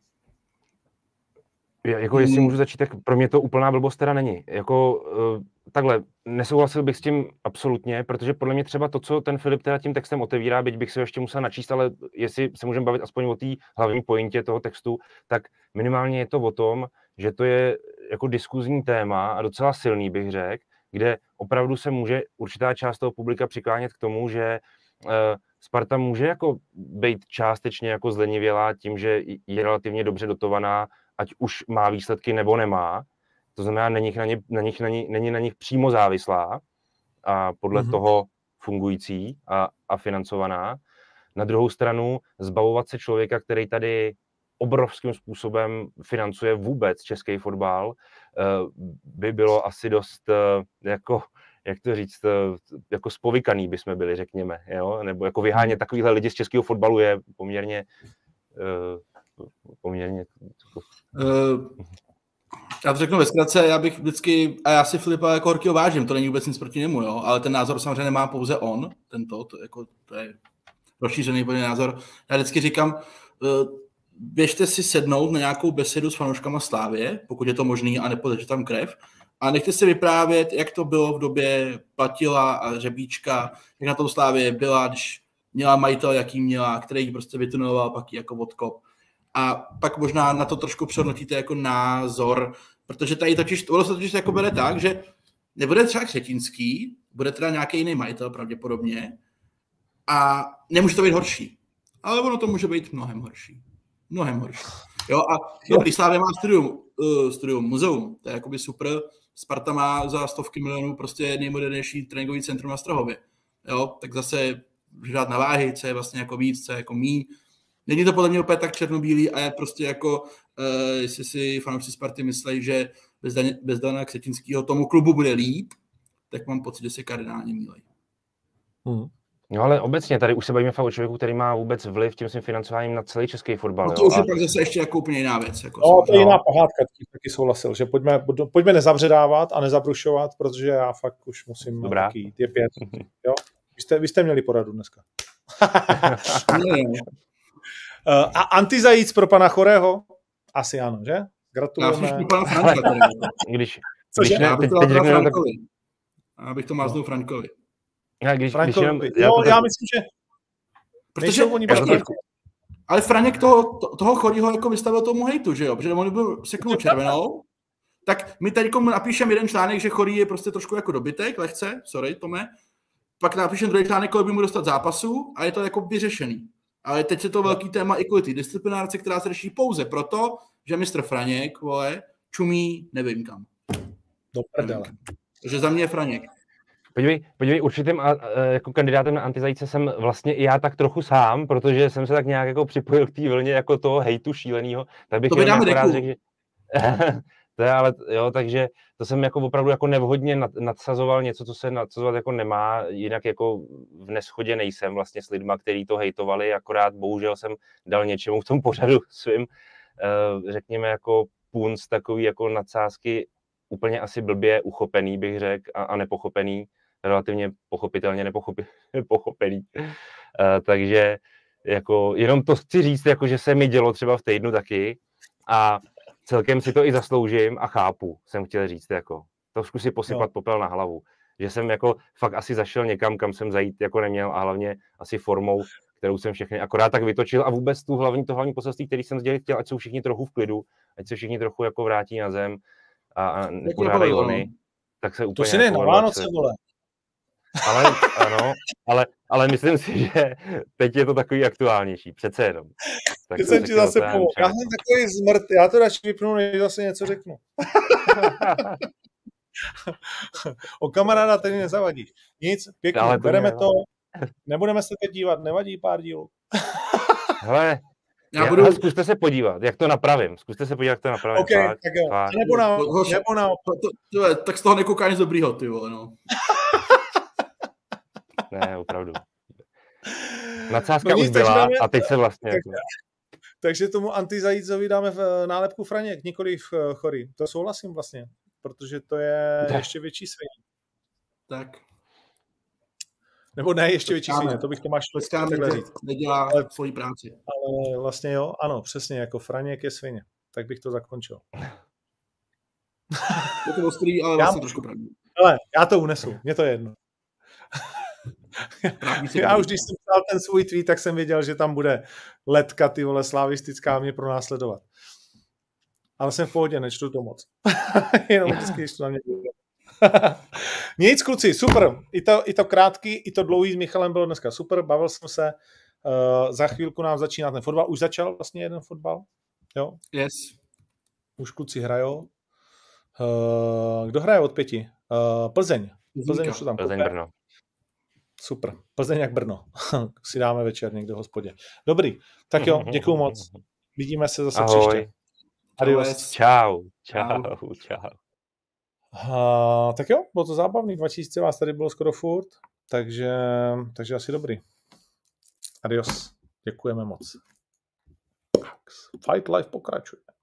Jako jestli můžu začít, tak pro mě to úplná blbost teda není. Jako takhle, nesouhlasil bych s tím absolutně, protože podle mě třeba to, co ten Filip teda tím textem otevírá, byť bych se ještě musel načíst, ale jestli se můžeme bavit aspoň o té hlavní pointě toho textu, tak minimálně je to o tom, že to je jako diskuzní téma a docela silný, bych řekl, kde opravdu se může určitá část toho publika přiklánět k tomu, že Sparta může jako být částečně jako zlenivělá tím, že je relativně dobře dotovaná, ať už má výsledky nebo nemá. To znamená, není na nich přímo závislá a podle toho fungující a financovaná. Na druhou stranu zbavovat se člověka, který tady obrovským způsobem financuje vůbec český fotbal, by bylo asi dost jako, jak to říct, jako spovykaný bychom byli, řekněme, jo? Nebo jako vyhánět takovýhle lidi z českého fotbalu je poměrně já to řeknu ve zkratce, já bych vždycky, a já si Filipa jako Horkýho vážím, to není vůbec nic proti němu, jo? Ale ten názor samozřejmě nemá pouze on, to je rozšířený názor. Já vždycky říkám, běžte si sednout na nějakou besedu s fanouškama Slávie, pokud je to možný a nepoteče tam krev, a nechte si vyprávět, jak to bylo v době Platila a Řebíčka, jak na tom Slávie byla, když měla majitel, jaký měla, který ji prostě vytuneloval, pak ji jako odkop. A pak možná na to trošku přehodnotíte jako názor, protože tady ono se totiž jako bere tak, že nebude třeba Křetínský, bude teda nějaký jiný majitel pravděpodobně a nemůže to být horší. Ale ono to může být mnohem horší. Mnohem horší. Jo, a dobrý, Slavia má studium muzeum, to je jakoby super. Sparta má za 100 milionů prostě nejmodernější tréninkový centrum na Strahově. Jo, tak zase žádat na váhy, co je vlastně jako víc, co je jako míň. Není to podle mě úplně tak černobílý a je prostě jako, jestli si fanoušci Sparty myslí, že bez Dana Křetínského tomu klubu bude líp, tak mám pocit, že se kardinálně mýlí. No ale obecně tady už se bavíme fakt o člověku, který má vůbec vliv tím svým financováním na celý český fotbal. No to už je pak zase ještě jako úplně jiná věc. Jako no, to je jiná pohádka, taky souhlasil, že pojďme nezabředávat a nezabrušovat, protože já fakt už musím taky jít. Je 5. Jo? Vy jste měli poradu dneska. A antizajíc pro pana Chorého? Asi ano, že? Gratulujeme. Já pana Franka. Abych to máznul Frankovi. Já myslím, že protože oni ale Franěk toho Chorýho jako vystavil tomu hejtu, že jo? Protože on byl seknul červenou, tak my teď napíšeme jeden článek, že Chorý je prostě trošku jako dobytek, lehce, sorry Tome, pak napíšeme druhý článek, kolik by mu dostat zápasu a je to jako vyřešený. Ale teď je to velký téma i kvůli té disciplinárce, která se řeší pouze proto, že mistr Franěk, vole, čumí nevím kam. Do prdele. Takže za mě je Franěk. Podívej, určitým jako kandidátem na antizajíce jsem vlastně i já tak trochu sám, protože jsem se tak nějak jako připojil k té vlně jako toho hejtu šílenýho. Tak bych to jenom jako rád řekl, že... to je, ale jo, takže to jsem jako opravdu jako nevhodně nadsazoval něco, co se nadsazovat jako nemá, jinak jako v neschodě nejsem vlastně s lidma, kteří to hejtovali, akorát bohužel jsem dal něčemu v tom pořadu svým, řekněme jako punc, takový jako nadsázky úplně asi blbě uchopený, bych řekl, a nepochopený, relativně pochopitelně nepochopený. Takže jako jenom to chci říct, jako, že se mi dělo třeba v týdnu taky a celkem si to i zasloužím a chápu, jsem chtěl říct, jako trošku si posypat popel na hlavu, že jsem jako fakt asi zašel někam, kam jsem zajít jako neměl a hlavně asi formou, kterou jsem všechny akorát tak vytočil a vůbec to hlavní poselství, který jsem sdělit chtěl, ať jsou všichni trochu v klidu, ať se všichni trochu jako vrátí na zem a nepořádají ony, tak se úplně... To si ne na Vánoce, vole. Ale ano, ale myslím si, že teď je to takový aktuálnější, přece jenom. Tak jsem ti zase pomohl. Já jsem takový zmrt, já to radši vypnu, než zase něco řeknu. O kamaráda tady nezavadíš. Nic, pěkně, bereme to, nebudeme se teď dívat, nevadí pár dílů. Hele, zkuste se podívat, jak to napravím. OK, tak jo. Nebo na... Tak z toho nekouká nic dobrýho, ty vole, no. Ne, opravdu. Nadsázka už byla a teď se vlastně... Takže tomu antizajícovi dáme v nálepku Franěk, nikoliv Chorý. To souhlasím vlastně, protože to je ještě větší svině. Tak. Nebo ne, ještě větší svině, to bych Tomáš takhle říct. Nedělá svoji práci. Ale vlastně jo, ano, přesně, jako Franěk je svině. Tak bych to zakončil. Je to ostrý, ale vlastně trošku pravdý. Ale já to unesu, mě to je jedno. Já už, když jsem psal ten svůj tweet, tak jsem věděl, že tam bude letka, ty vole, slavistická mě pronásledovat. Ale jsem v pohodě, nečtu to moc. Jenom vždycky, když to na mě bude. Nic, kluci, super. I to krátký, i to dlouhý s Michalem bylo dneska super, bavil jsem se. Za chvílku nám začíná ten fotbal. Už začal vlastně jeden fotbal? Jo? Yes. Už kluci hrajou. Kdo hraje od 5? Plzeň. Plzeň už to tam Plzeň Brno. Super. Plzeň jak Brno. Si dáme večer někde v hospodě. Dobrý. Tak jo, děkuju moc. Vidíme se zase příště. Adios. Čau. Tak jo, bylo to zábavný. 2000 vás tady bylo skoro furt. Takže asi dobrý. Adios. Děkujeme moc. Fight Life pokračuje.